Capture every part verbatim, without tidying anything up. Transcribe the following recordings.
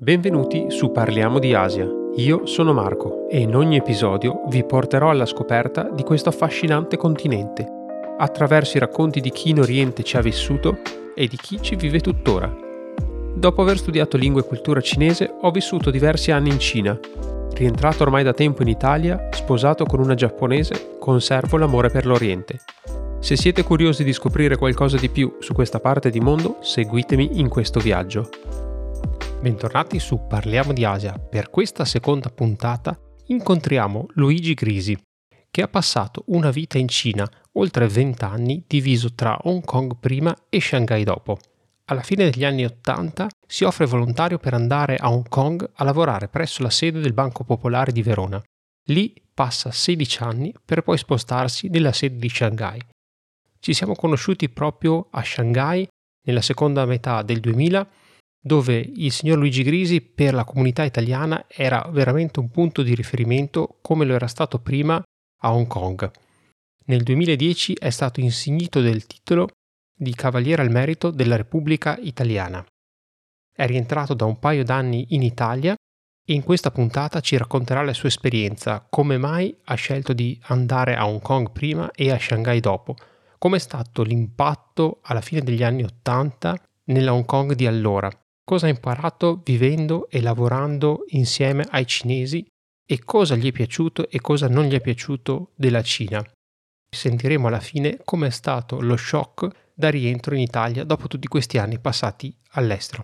Benvenuti su Parliamo di Asia. Io sono Marco e in ogni episodio vi porterò alla scoperta di questo affascinante continente, attraverso i racconti di chi in Oriente ci ha vissuto e di chi ci vive tuttora. Dopo aver studiato lingua e cultura cinese, ho vissuto diversi anni in Cina. Rientrato ormai da tempo in Italia, sposato con una giapponese, conservo l'amore per l'Oriente. Se siete curiosi di scoprire qualcosa di più su questa parte di mondo, seguitemi in questo viaggio. Bentornati su Parliamo di Asia. Per questa seconda puntata incontriamo Luigi Grisi, che ha passato una vita in Cina, oltre vent'anni, diviso tra Hong Kong prima e Shanghai dopo. Alla fine degli anni Ottanta si offre volontario per andare a Hong Kong a lavorare presso la sede del Banco Popolare di Verona. Lì passa sedici anni per poi spostarsi nella sede di Shanghai. Ci siamo conosciuti proprio a Shanghai nella seconda metà del duemila, dove il signor Luigi Grisi per la comunità italiana era veramente un punto di riferimento come lo era stato prima a Hong Kong. Nel duemiladieci è stato insignito del titolo di Cavaliere al Merito della Repubblica Italiana. È rientrato da un paio d'anni in Italia e in questa puntata ci racconterà la sua esperienza, come mai ha scelto di andare a Hong Kong prima e a Shanghai dopo, come è stato l'impatto alla fine degli anni Ottanta nella Hong Kong di allora, cosa ha imparato vivendo e lavorando insieme ai cinesi e cosa gli è piaciuto e cosa non gli è piaciuto della Cina. Sentiremo alla fine com'è stato lo shock da rientro in Italia dopo tutti questi anni passati all'estero.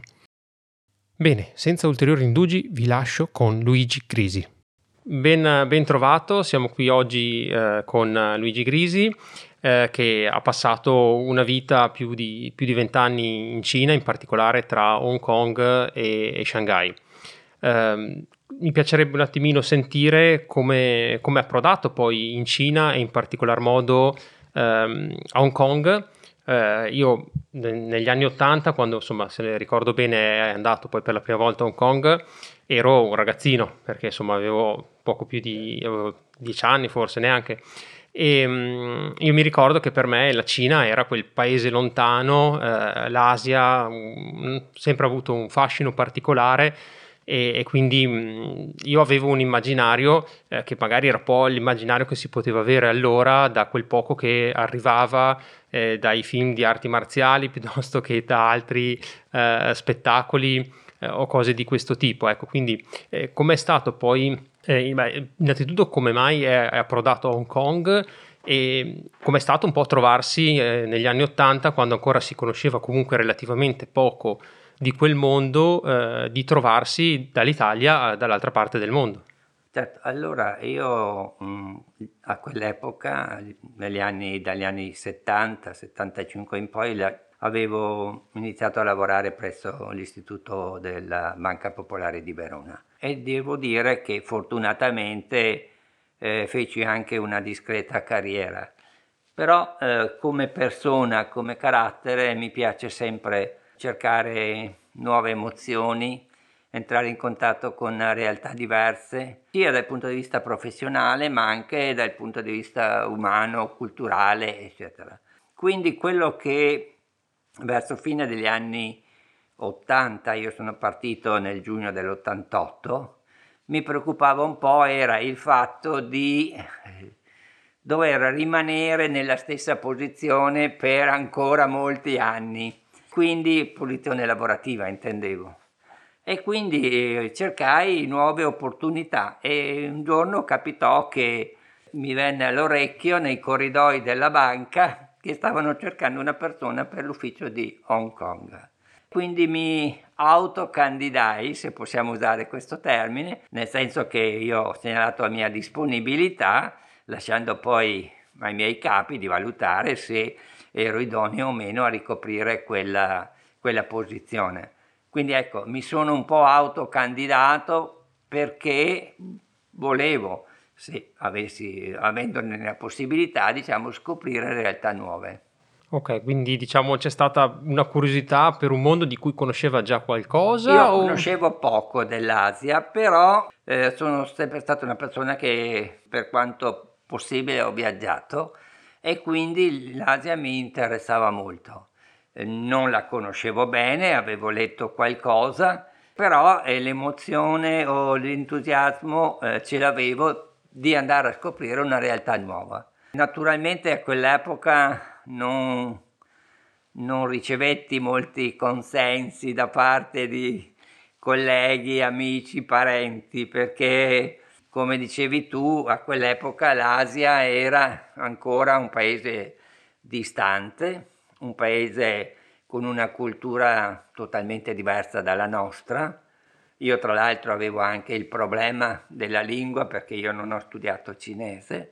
Bene, senza ulteriori indugi vi lascio con Luigi Grisi. Ben, ben trovato, siamo qui oggi eh, con Luigi Grisi, eh, che ha passato una vita più di più di vent'anni in Cina, in particolare tra Hong Kong e, e Shanghai. Eh, mi piacerebbe un attimino sentire come come è approdato poi in Cina e in particolar modo ehm, a Hong Kong. Eh, io ne- negli anni Ottanta, quando insomma, se ne ricordo bene, è andato poi per la prima volta a Hong Kong, ero un ragazzino perché insomma avevo poco più di avevo dieci anni, forse neanche. E mm, io mi ricordo che per me la Cina era quel paese lontano, eh, l'Asia, mm, sempre avuto un fascino particolare e, e quindi mh, io avevo un immaginario eh, che magari era un po' l'immaginario che si poteva avere allora da quel poco che arrivava eh, dai film di arti marziali piuttosto che da altri eh, spettacoli eh, o cose di questo tipo. Ecco, quindi eh, com'è stato poi, eh, beh, innanzitutto come mai è, è approdato a Hong Kong e com'è stato un po' trovarsi eh, negli anni Ottanta, quando ancora si conosceva comunque relativamente poco di quel mondo, eh, di trovarsi dall'Italia dall'altra parte del mondo. Certo, allora io mh, a quell'epoca, negli anni, dagli anni settanta settantacinque in poi, la- avevo iniziato a lavorare presso l'Istituto della Banca Popolare di Verona e devo dire che fortunatamente eh, feci anche una discreta carriera. Però eh, come persona, come carattere, mi piace sempre cercare nuove emozioni, entrare in contatto con realtà diverse, sia dal punto di vista professionale, ma anche dal punto di vista umano, culturale, eccetera. Quindi quello che verso fine degli anni ottanta, io sono partito nel giugno dell'ottantotto, mi preoccupava un po' era il fatto di dover rimanere nella stessa posizione per ancora molti anni, quindi posizione lavorativa intendevo. E quindi eh, cercai nuove opportunità e un giorno capitò che mi venne all'orecchio nei corridoi della banca che stavano cercando una persona per l'ufficio di Hong Kong. Quindi mi autocandidai, se possiamo usare questo termine, nel senso che io ho segnalato la mia disponibilità, lasciando poi ai miei capi di valutare se ero idoneo o meno a ricoprire quella, quella posizione. Quindi ecco, mi sono un po' autocandidato perché volevo, se avessi, avendone la possibilità, diciamo, scoprire realtà nuove. Ok, quindi diciamo c'è stata una curiosità per un mondo di cui conosceva già Io qualcosa o... conoscevo poco dell'Asia, però eh, sono sempre stata una persona che per quanto possibile ho viaggiato e quindi l'Asia mi interessava molto. Eh, non la conoscevo bene, avevo letto qualcosa, però eh, l'emozione o l'entusiasmo eh, ce l'avevo di andare a scoprire una realtà nuova. Naturalmente a quell'epoca non, non ricevetti molti consensi da parte di colleghi, amici, parenti, perché come dicevi tu, a quell'epoca l'Asia era ancora un paese distante, un paese con una cultura totalmente diversa dalla nostra. Io tra l'altro avevo anche il problema della lingua perché io non ho studiato cinese,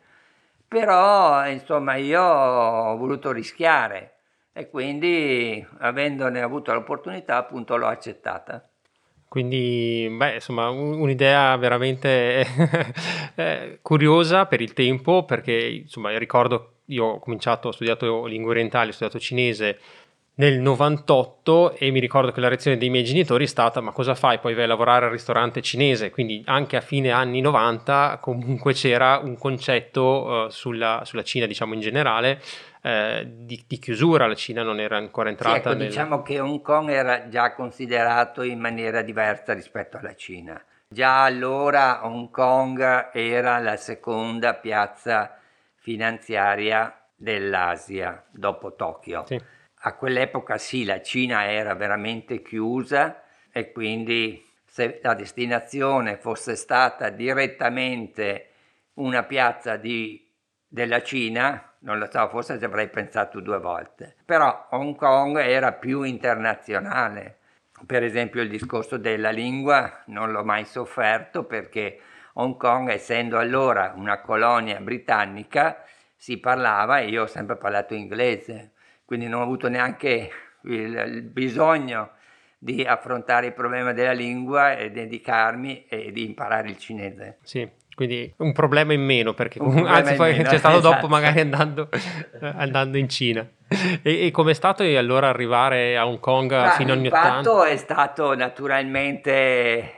però insomma io ho voluto rischiare e quindi avendone avuto l'opportunità appunto l'ho accettata. Quindi, beh, insomma, un- un'idea veramente eh, curiosa per il tempo, perché insomma, ricordo, io ho cominciato, ho studiato lingue orientali, ho studiato cinese nel novantotto e mi ricordo che la reazione dei miei genitori è stata: ma cosa fai? Poi vai a lavorare al ristorante cinese? Quindi anche a fine anni novanta comunque c'era un concetto eh, sulla, sulla Cina, diciamo in generale, eh, di, di chiusura. La Cina non era ancora Sì, entrata ecco, nel... diciamo che Hong Kong era già considerato in maniera diversa rispetto alla Cina. Già allora Hong Kong era la seconda piazza finanziaria dell'Asia dopo Tokyo. Sì. A quell'epoca sì, la Cina era veramente chiusa e quindi se la destinazione fosse stata direttamente una piazza di, della Cina, non lo so, forse ci avrei pensato due volte. Però Hong Kong era più internazionale. Per esempio il discorso della lingua non l'ho mai sofferto perché Hong Kong, essendo allora una colonia britannica, si parlava e io ho sempre parlato inglese, quindi non ho avuto neanche il, il bisogno di affrontare il problema della lingua e dedicarmi e di imparare il cinese. Sì, quindi un problema in meno, perché Un comunque, problema anzi in poi meno, c'è stato dopo esatto. magari andando, andando in Cina. E, e com'è stato allora arrivare a Hong Kong a Ma fine anni ottanta? l'impatto è stato naturalmente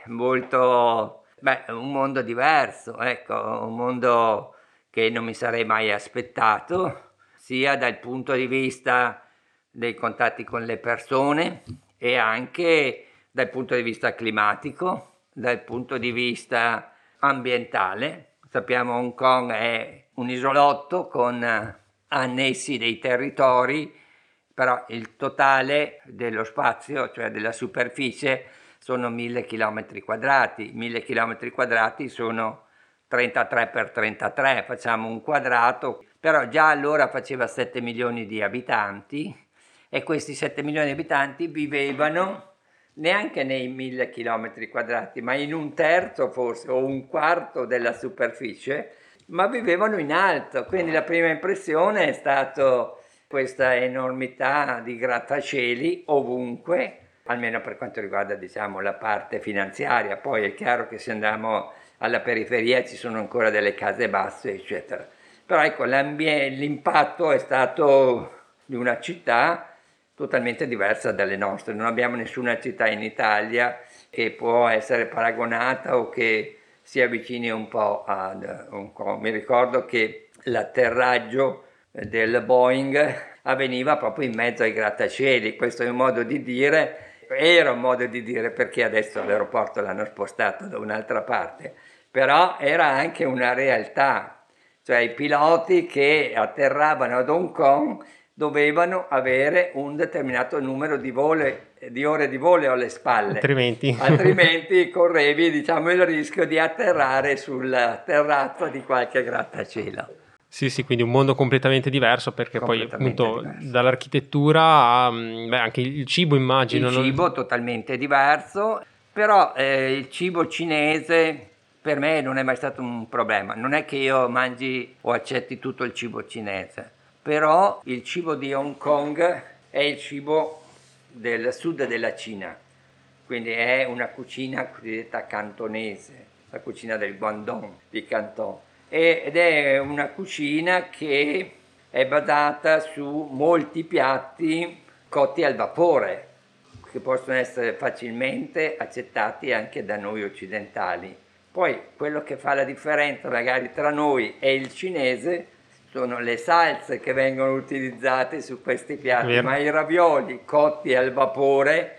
molto, beh, un mondo diverso, ecco, un mondo che non mi sarei mai aspettato, sia dal punto di vista dei contatti con le persone e anche dal punto di vista climatico, dal punto di vista ambientale. Sappiamo Hong Kong è un isolotto con annessi dei territori, però il totale dello spazio, cioè della superficie, sono mille chilometri quadrati. mille chilometri quadrati sono trentatré per trentatré, facciamo un quadrato, però già allora faceva sette milioni di abitanti e questi sette milioni di abitanti vivevano neanche nei mille chilometri quadrati, ma in un terzo forse o un quarto della superficie, ma vivevano in alto. Quindi la prima impressione è stata questa enormità di grattacieli ovunque, almeno per quanto riguarda, diciamo, la parte finanziaria. Poi è chiaro che se andiamo alla periferia ci sono ancora delle case basse, eccetera. Però ecco, l'impatto è stato di una città totalmente diversa dalle nostre. Non abbiamo nessuna città in Italia che può essere paragonata o che si avvicini un po' ad Hong Kong. Mi ricordo che l'atterraggio del Boeing avveniva proprio in mezzo ai grattacieli. Questo è un modo di dire, era un modo di dire perché adesso l'aeroporto l'hanno spostato da un'altra parte, però era anche una realtà, cioè i piloti che atterravano ad Hong Kong dovevano avere un determinato numero di, vole, di ore di volo alle spalle, Altrimenti... altrimenti correvi, diciamo, il rischio di atterrare sulla terrazza di qualche grattacielo. Sì, sì, quindi un mondo completamente diverso, perché poi Completamente appunto diverso. dall'architettura a, mh, beh, anche il cibo immagino. Il non- cibo totalmente diverso, però eh, il cibo cinese per me non è mai stato un problema. Non è che io mangi o accetti tutto il cibo cinese, però il cibo di Hong Kong è il cibo del sud della Cina, quindi è una cucina cosiddetta cantonese, la cucina del Guangdong di Canton, ed è una cucina che è basata su molti piatti cotti al vapore, che possono essere facilmente accettati anche da noi occidentali. Poi quello che fa la differenza magari tra noi e il cinese sono le salse che vengono utilizzate su questi piatti, Vero. ma i ravioli cotti al vapore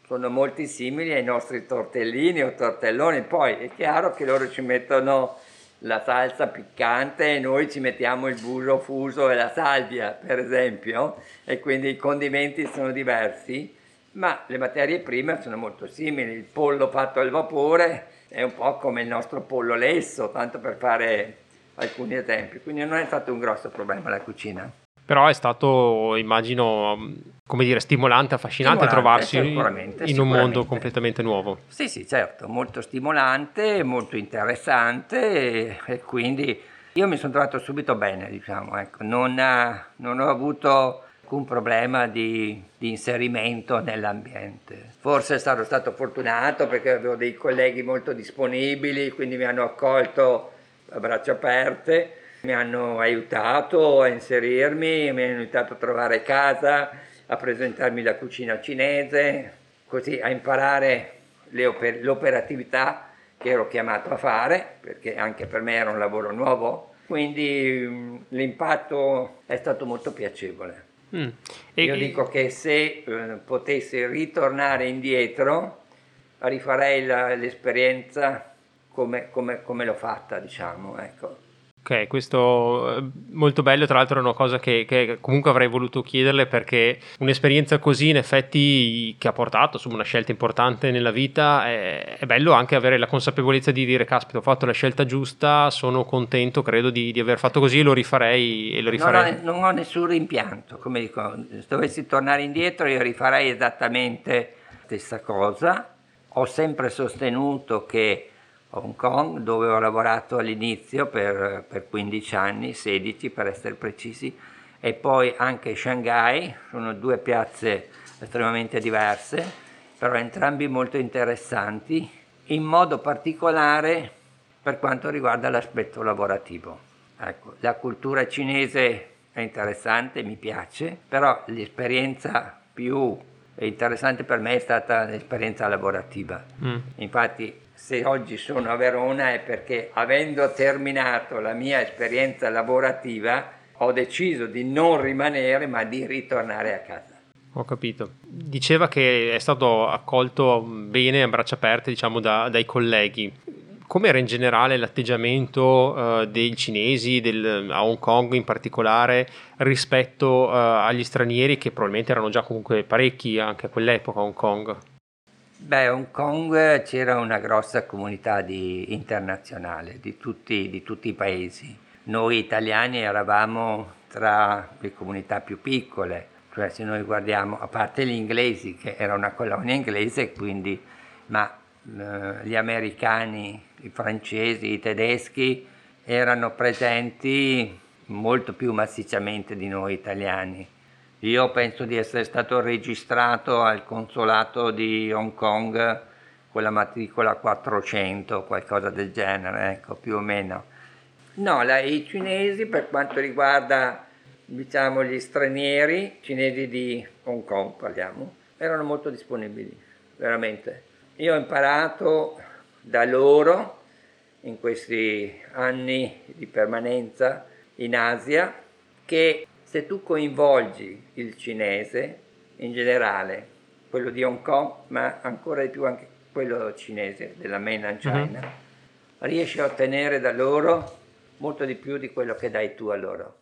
sono molti simili ai nostri tortellini o tortelloni. Poi è chiaro che loro ci mettono la salsa piccante e noi ci mettiamo il burro fuso e la salvia, per esempio, e quindi i condimenti sono diversi, ma le materie prime sono molto simili. Il pollo fatto al vapore è un po' come il nostro pollo lesso, tanto per fare alcuni esempi, quindi non è stato un grosso problema la cucina. Però è stato, immagino, come dire, stimolante, affascinante Stimolante, trovarsi sicuramente, in un mondo sicuramente. completamente nuovo. Sì, sì, certo, molto stimolante, molto interessante e, e quindi io mi sono trovato subito bene, diciamo, ecco. Non, ha- non ho avuto alcun problema di, di inserimento nell'ambiente. Forse sarò stato fortunato perché avevo dei colleghi molto disponibili, quindi mi hanno accolto a braccia aperte, mi hanno aiutato a inserirmi, mi hanno aiutato a trovare casa, a presentarmi la cucina cinese, così a imparare le oper- l'operatività che ero chiamato a fare, perché anche per me era un lavoro nuovo, quindi mh, l'impatto è stato molto piacevole. Mm. E, Io dico che se eh, potessi ritornare indietro, rifarei la- l'esperienza come, come- come l'ho fatta, diciamo, ecco. Ok, questo è molto bello, tra l'altro è una cosa che, che comunque avrei voluto chiederle, perché un'esperienza così in effetti che ha portato insomma, una scelta importante nella vita, è, è bello anche avere la consapevolezza di dire caspita, ho fatto la scelta giusta, sono contento, credo di, di aver fatto così e lo rifarei e lo Non rifarei. ho, non ho nessun rimpianto, come dico, se dovessi tornare indietro io rifarei esattamente la stessa cosa. Ho sempre sostenuto che Hong Kong, dove ho lavorato all'inizio per, per quindici anni, sedici per essere precisi, e poi anche Shanghai, sono due piazze estremamente diverse, però entrambi molto interessanti, in modo particolare per quanto riguarda l'aspetto lavorativo. Ecco, la cultura cinese è interessante, mi piace, però l'esperienza più interessante per me è stata l'esperienza lavorativa. Mm. Infatti, se oggi sono a Verona è perché, avendo terminato la mia esperienza lavorativa, ho deciso di non rimanere ma di ritornare a casa. Ho capito. Diceva che è stato accolto bene a braccia aperte, diciamo, da- dai colleghi. Com'era in generale l'atteggiamento eh, dei cinesi, del, a Hong Kong in particolare, rispetto eh, agli stranieri, che probabilmente erano già comunque parecchi anche a quell'epoca a Hong Kong? Beh, a Hong Kong c'era una grossa comunità di- internazionale di tutti, di tutti i paesi. Noi italiani eravamo tra le comunità più piccole, cioè se noi guardiamo, a parte gli inglesi, che era una colonia inglese, quindi, ma eh, gli americani, i francesi, i tedeschi erano presenti molto più massicciamente di noi italiani. Io penso di essere stato registrato al consolato di Hong Kong con la matricola quattrocento, qualcosa del genere, ecco, più o meno. No, la- i cinesi, per quanto riguarda, diciamo, gli stranieri, cinesi di Hong Kong parliamo, erano molto disponibili, veramente. Io ho imparato da loro in questi anni di permanenza in Asia che se tu coinvolgi il cinese in generale, quello di Hong Kong, ma ancora di più anche quello cinese della mainland China, Mhm. riesci a ottenere da loro molto di più di quello che dai tu a loro.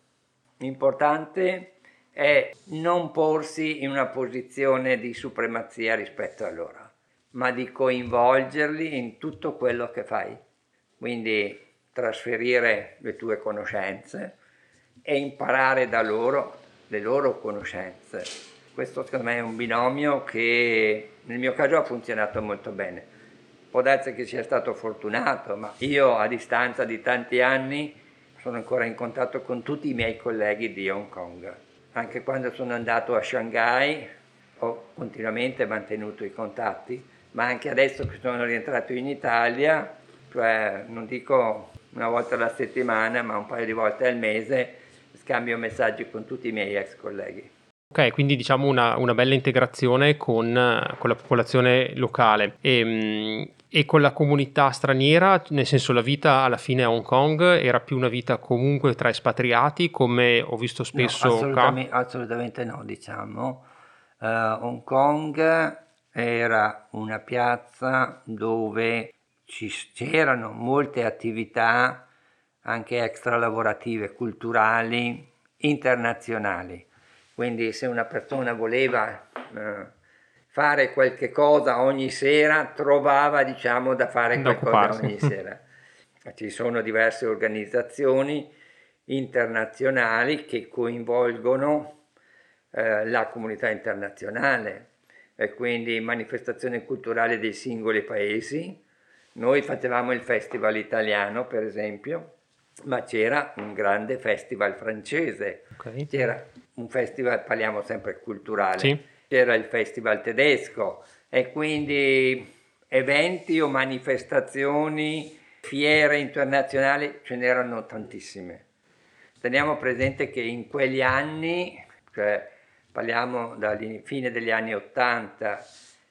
L'importante è non porsi in una posizione di supremazia rispetto a loro, ma di coinvolgerli in tutto quello che fai. Quindi trasferire le tue conoscenze e imparare da loro le loro conoscenze. Questo secondo me è un binomio che nel mio caso ha funzionato molto bene. Può darsi che sia stato fortunato, ma io a distanza di tanti anni sono ancora in contatto con tutti i miei colleghi di Hong Kong. Anche quando sono andato a Shanghai ho continuamente mantenuto i contatti, ma anche adesso che sono rientrato in Italia, cioè non dico una volta alla settimana, ma un paio di volte al mese, scambio messaggi con tutti i miei ex colleghi. Ok, quindi diciamo una, una bella integrazione con, eh, con la popolazione locale e, mm, e con la comunità straniera, nel senso la vita alla fine a Hong Kong era più una vita comunque tra espatriati, come ho visto No, spesso qua. assolutamente, assolutamente no, diciamo. Eh, Hong Kong era una piazza dove ci, c'erano molte attività anche extra lavorative, culturali, internazionali. Quindi se una persona voleva eh, fare qualche cosa ogni sera, trovava, diciamo, da fare Da qualcosa occuparsi. ogni sera. Ci sono diverse organizzazioni internazionali che coinvolgono eh, la comunità internazionale e quindi manifestazioni culturali dei singoli paesi. Noi facevamo il festival italiano, per esempio, ma c'era un grande festival francese, Ok. c'era un festival, parliamo sempre culturale, Sì. c'era il festival tedesco e quindi eventi o manifestazioni, fiere internazionali ce n'erano tantissime. Teniamo presente che in quegli anni, cioè parliamo dalla fine degli anni ottanta,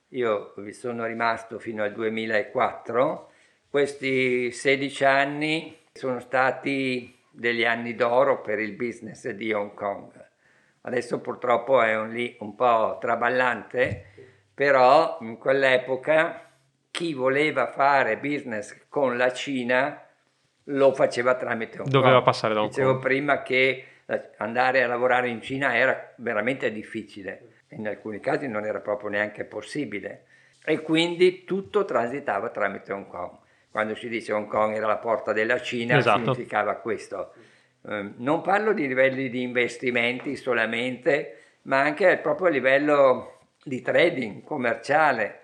io vi sono rimasto fino al duemilaquattro, questi sedici anni sono stati degli anni d'oro per il business di Hong Kong. Adesso purtroppo è un, lì un po' traballante, però in quell'epoca chi voleva fare business con la Cina lo faceva tramite Hong Kong. Doveva passare da Hong Dicevo Kong. prima che andare a lavorare in Cina era veramente difficile, in alcuni casi non era proprio neanche possibile e quindi tutto transitava tramite Hong Kong. Quando si dice Hong Kong era la porta della Cina, Esatto. significava questo. Um, non parlo di livelli di investimenti solamente, ma anche proprio a livello di trading commerciale.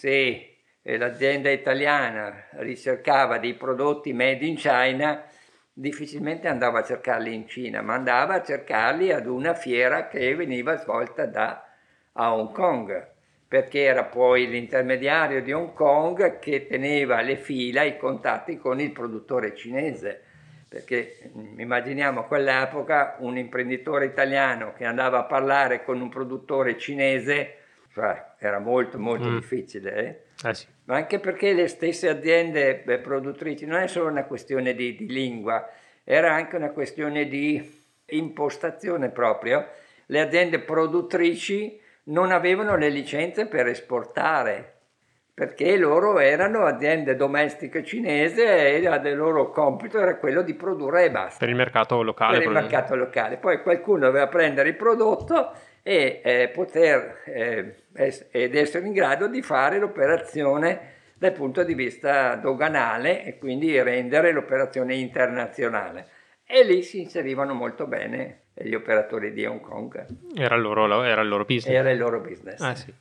Se eh, l'azienda italiana ricercava dei prodotti made in China, difficilmente andava a cercarli in Cina, ma andava a cercarli ad una fiera che veniva svolta da a Hong Kong, perché era poi l'intermediario di Hong Kong che teneva le fila, i contatti con il produttore cinese. Perché immaginiamo a quell'epoca un imprenditore italiano che andava a parlare con un produttore cinese, cioè era molto molto Mm. difficile, eh? Eh sì. Ma anche perché le stesse aziende beh, produttrici non è solo una questione di, di lingua, era anche una questione di impostazione proprio. Le aziende produttrici non avevano le licenze per esportare, perché loro erano aziende domestiche cinesi e il loro compito era quello di produrre e basta. Per il mercato locale. Per il mercato locale. Poi qualcuno doveva prendere il prodotto e eh, poter eh, es- ed essere in grado di fare l'operazione dal punto di vista doganale e quindi rendere l'operazione internazionale. E lì si inserivano molto bene gli operatori di Hong Kong. Era il loro, era il loro business. Era il loro business. Ah sì.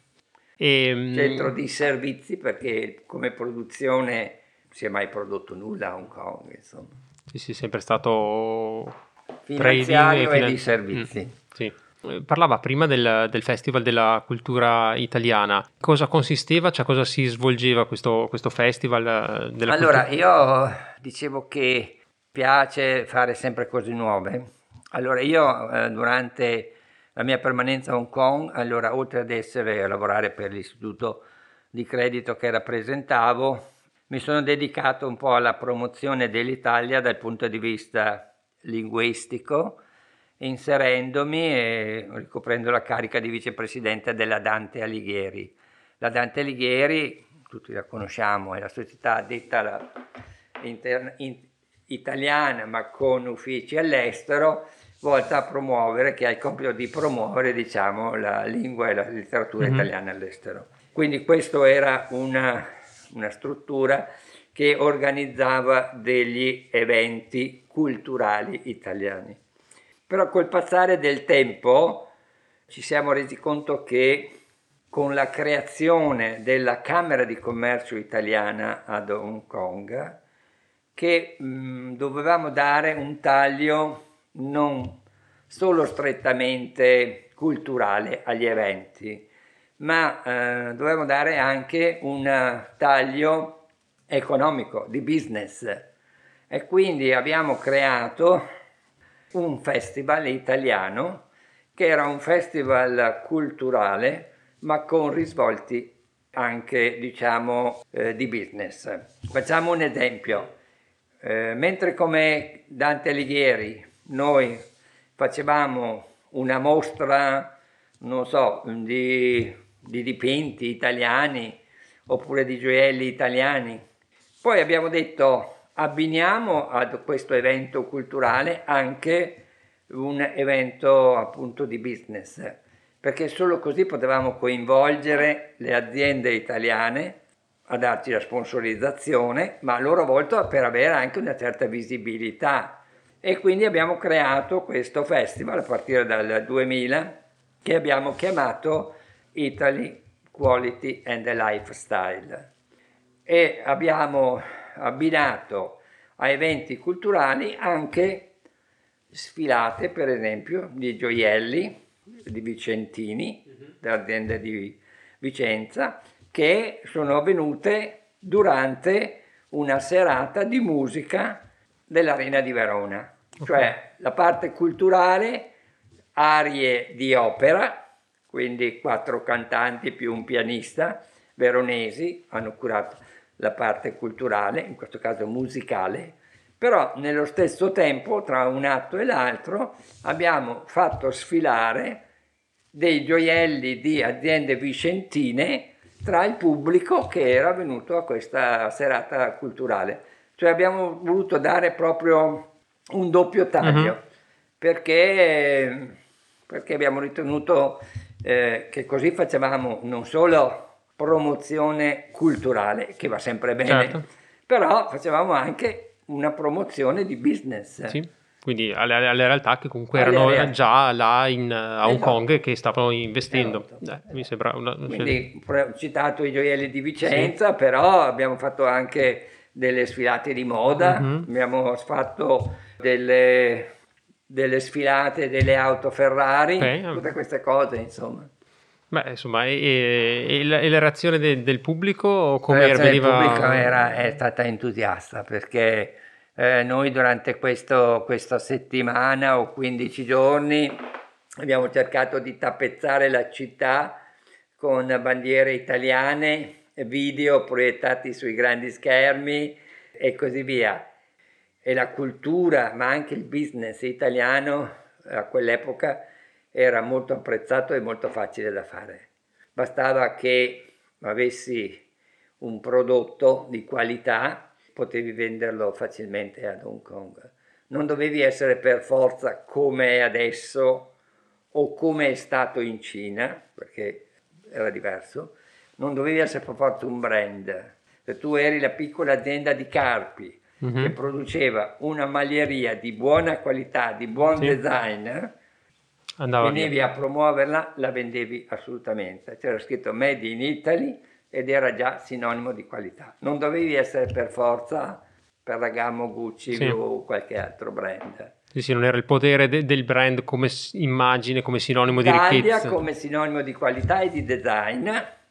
E, Centro di servizi perché come produzione non si è mai prodotto nulla a Hong Kong, insomma. Sì, sì, sempre stato Finanziario trading e finan- di servizi. Mm, sì. Eh, Parlava prima del, del Festival della Cultura Italiana. Cosa consisteva, cioè cosa si svolgeva questo, questo festival eh, della Allora, cultura? io dicevo che piace fare sempre cose nuove. Allora, io eh, durante la mia permanenza a Hong Kong, allora, oltre ad essere a lavorare per l'istituto di credito che rappresentavo, mi sono dedicato un po' alla promozione dell'Italia dal punto di vista linguistico, inserendomi e ricoprendo la carica di vicepresidente della Dante Alighieri. La Dante Alighieri, tutti la conosciamo, è la società detta alla inter- in- italiana ma con uffici all'estero, volta a promuovere, che ha il compito di promuovere, diciamo, la lingua e la letteratura Mhm. italiana all'estero. Quindi questa era una, una struttura che organizzava degli eventi culturali italiani. Però col passare del tempo ci siamo resi conto che con la creazione della Camera di Commercio italiana ad Hong Kong, che mh, dovevamo dare un taglio non solo strettamente culturale agli eventi, ma eh, dovevamo dare anche un taglio economico, di business. E quindi abbiamo creato un festival italiano che era un festival culturale ma con risvolti anche, diciamo, eh, di business. Facciamo un esempio. Eh, mentre come Dante Alighieri noi facevamo una mostra, non so, di di dipinti italiani oppure di gioielli italiani. Poi abbiamo detto abbiniamo a questo evento culturale anche un evento appunto di business, perché solo così potevamo coinvolgere le aziende italiane a darci la sponsorizzazione, ma a loro volta per avere anche una certa visibilità. E quindi abbiamo creato questo festival a partire dal duemila che abbiamo chiamato Italy Quality and Lifestyle e abbiamo abbinato a eventi culturali anche sfilate, per esempio, di gioielli di Vicentini, uh-huh. dell'azienda di Vicenza, che sono avvenute durante una serata di musica dell'Arena di Verona. Okay. Cioè la parte culturale, arie di opera, quindi quattro cantanti più un pianista veronesi hanno curato la parte culturale, in questo caso musicale, però nello stesso tempo, tra un atto e l'altro, abbiamo fatto sfilare dei gioielli di aziende vicentine tra il pubblico che era venuto a questa serata culturale. Cioè abbiamo voluto dare proprio un doppio taglio, uh-huh. perché, perché abbiamo ritenuto eh, che così facevamo non solo promozione culturale, che va sempre bene, certo. però facevamo anche una promozione di business. Sì, quindi alle, alle realtà che comunque alle erano realtà. già là in, a Hong esatto. Kong che stavano investendo. Esatto. Eh, esatto. Mi sembra una, una quindi ho citato i gioielli di Vicenza, sì. però abbiamo fatto anche delle sfilate di moda, mm-hmm. abbiamo fatto delle, delle sfilate delle auto Ferrari, okay. tutte queste cose insomma. Beh, insomma, e, e, e la reazione de, del pubblico come la reazione veniva... del pubblico era, è stata entusiasta perché eh, noi durante questo, questa settimana o quindici giorni abbiamo cercato di tappezzare la città con bandiere italiane, video proiettati sui grandi schermi e così via. E la cultura, ma anche il business italiano a quell'epoca era molto apprezzato e molto facile da fare. Bastava che avessi un prodotto di qualità, potevi venderlo facilmente ad Hong Kong. Non dovevi essere per forza come è adesso o come è stato in Cina, perché era diverso. Non dovevi essere per forza un brand. Se tu eri la piccola azienda di Carpi, mm-hmm. che produceva una maglieria di buona qualità, di buon sì. design, Andava venivi via. a promuoverla, la vendevi assolutamente. C'era scritto Made in Italy ed era già sinonimo di qualità. Non dovevi essere per forza Ferragamo, Gucci sì. o qualche altro brand. Sì, sì, non era il potere de- del brand come immagine, come sinonimo Italia, di ricchezza. come sinonimo di qualità e di design.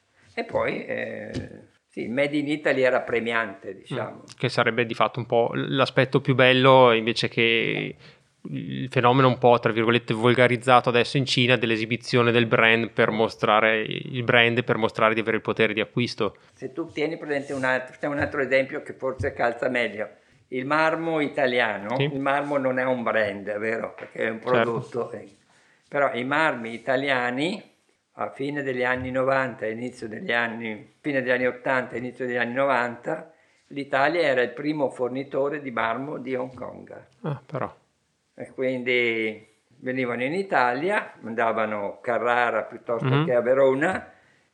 E poi eh, sì, il Made in Italy era premiante, diciamo. Mm, che sarebbe di fatto un po' l'aspetto più bello invece che... il fenomeno un po' tra virgolette volgarizzato adesso in Cina dell'esibizione del brand per mostrare il brand per mostrare di avere il potere di acquisto. Se tu tieni presente un altro, un altro esempio che forse calza meglio, il marmo italiano, sì. il marmo non è un brand, è vero, perché è un prodotto, certo. però i marmi italiani a fine degli anni novanta, inizio degli anni, fine degli anni ottanta, inizio degli anni novanta, l'Italia era il primo fornitore di marmo di Hong Kong. Ah, però. E quindi venivano in Italia, andavano a Carrara piuttosto mm-hmm. che a Verona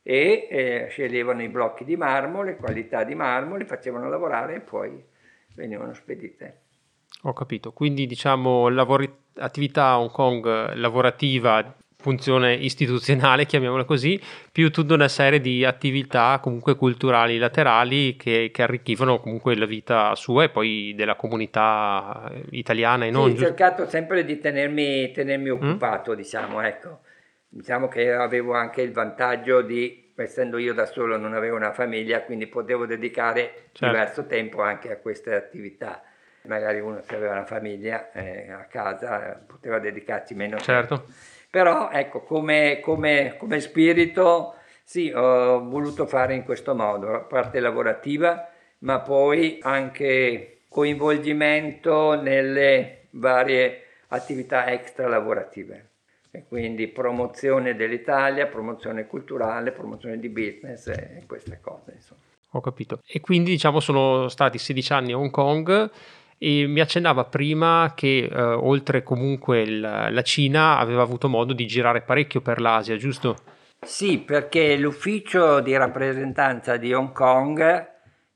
e eh, sceglievano i blocchi di marmo, le qualità di marmo, li facevano lavorare e poi venivano spedite. Ho capito, quindi diciamo lavori- attività a Hong Kong lavorativa, funzione istituzionale, chiamiamola così, più tutta una serie di attività comunque culturali laterali che, che arricchivano comunque la vita sua e poi della comunità italiana e non. Sì, ho cercato sempre di tenermi, tenermi occupato, mm? diciamo, ecco. Diciamo che avevo anche il vantaggio di, essendo io da solo, non avevo una famiglia, quindi potevo dedicare certo. diverso tempo anche a queste attività. Magari uno se aveva una famiglia eh, a casa poteva dedicarci meno certo. tempo. Però ecco, come, come, come spirito, sì, ho voluto fare in questo modo, la parte lavorativa, ma poi anche coinvolgimento nelle varie attività extra lavorative. E quindi promozione dell'Italia, promozione culturale, promozione di business e queste cose, insomma. Ho capito. E quindi diciamo sono stati sedici anni a Hong Kong e mi accennava prima che eh, oltre comunque il, la Cina aveva avuto modo di girare parecchio per l'Asia, giusto? Sì, perché l'ufficio di rappresentanza di Hong Kong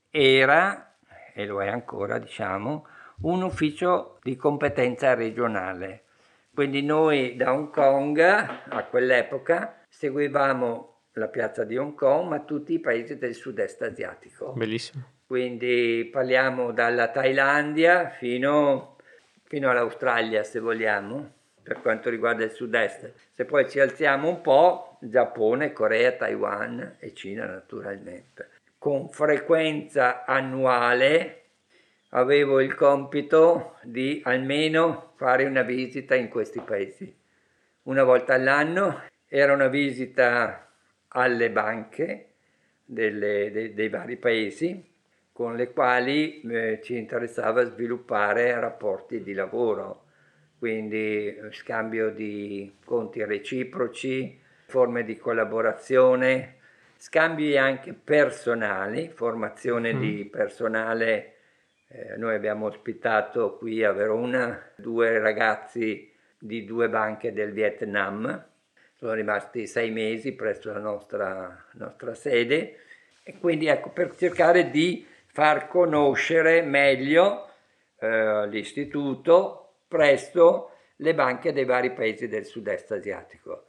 era, e lo è ancora, diciamo, un ufficio di competenza regionale. Quindi noi da Hong Kong a quell'epoca seguivamo la piazza di Hong Kong, ma tutti i paesi del sud-est asiatico. Bellissimo. Quindi parliamo dalla Thailandia fino, fino all'Australia, se vogliamo, per quanto riguarda il sud-est. Se poi ci alziamo un po', Giappone, Corea, Taiwan e Cina naturalmente. Con frequenza annuale avevo il compito di almeno fare una visita in questi paesi. Una volta all'anno era una visita alle banche delle, dei, dei vari paesi con le quali eh, ci interessava sviluppare rapporti di lavoro, quindi eh, scambio di conti reciproci, forme di collaborazione, scambi anche personali, formazione mm. di personale. Eh, noi abbiamo ospitato qui a Verona due ragazzi di due banche del Vietnam, sono rimasti sei mesi presso la nostra, nostra sede e quindi ecco per cercare di far conoscere meglio eh, l'istituto presso le banche dei vari paesi del sud-est asiatico,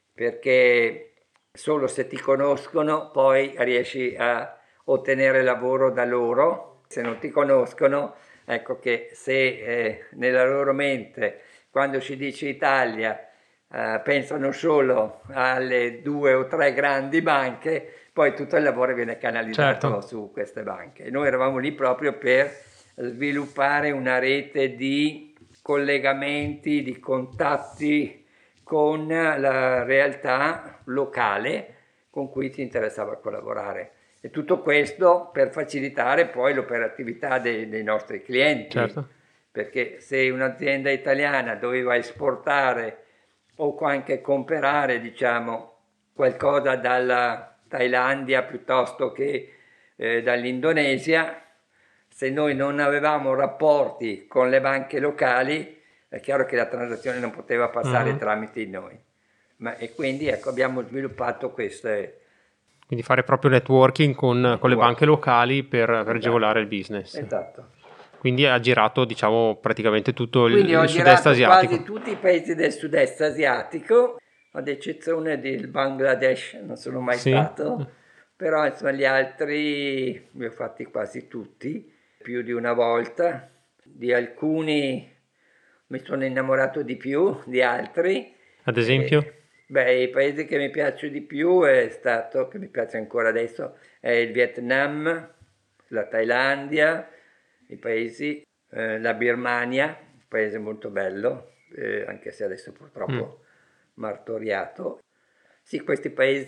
perché solo se ti conoscono poi riesci a ottenere lavoro da loro. Se non ti conoscono, ecco che se eh, nella loro mente, quando si dice Italia, eh, pensano solo alle due o tre grandi banche, poi tutto il lavoro viene canalizzato certo. su queste banche. Noi eravamo lì proprio per sviluppare una rete di collegamenti, di contatti con la realtà locale con cui ci interessava collaborare. E tutto questo per facilitare poi l'operatività dei, dei nostri clienti, certo. Perché se un'azienda italiana doveva esportare o anche comprare, diciamo, qualcosa dalla Thailandia piuttosto che eh, dall'Indonesia, se noi non avevamo rapporti con le banche locali, è chiaro che la transazione non poteva passare mm-hmm. tramite noi. Ma, e quindi ecco, abbiamo sviluppato queste... Quindi fare proprio networking con, con le banche locali per, per esatto. agevolare il business. Esatto. Quindi ha girato, diciamo, praticamente tutto il, Quindi il sud-est asiatico. Quindi ho girato quasi tutti i paesi del sud-est asiatico, ad eccezione del Bangladesh, non sono mai sì. stato, però insomma gli altri li ho fatti quasi tutti, più di una volta. Di alcuni mi sono innamorato di più, di altri. Ad esempio? E, beh, i paesi che mi piacciono di più è stato, che mi piace ancora adesso, è il Vietnam, la Thailandia, i paesi, eh, la Birmania, un paese molto bello, eh, anche se adesso purtroppo mm. martoriato. Sì, questi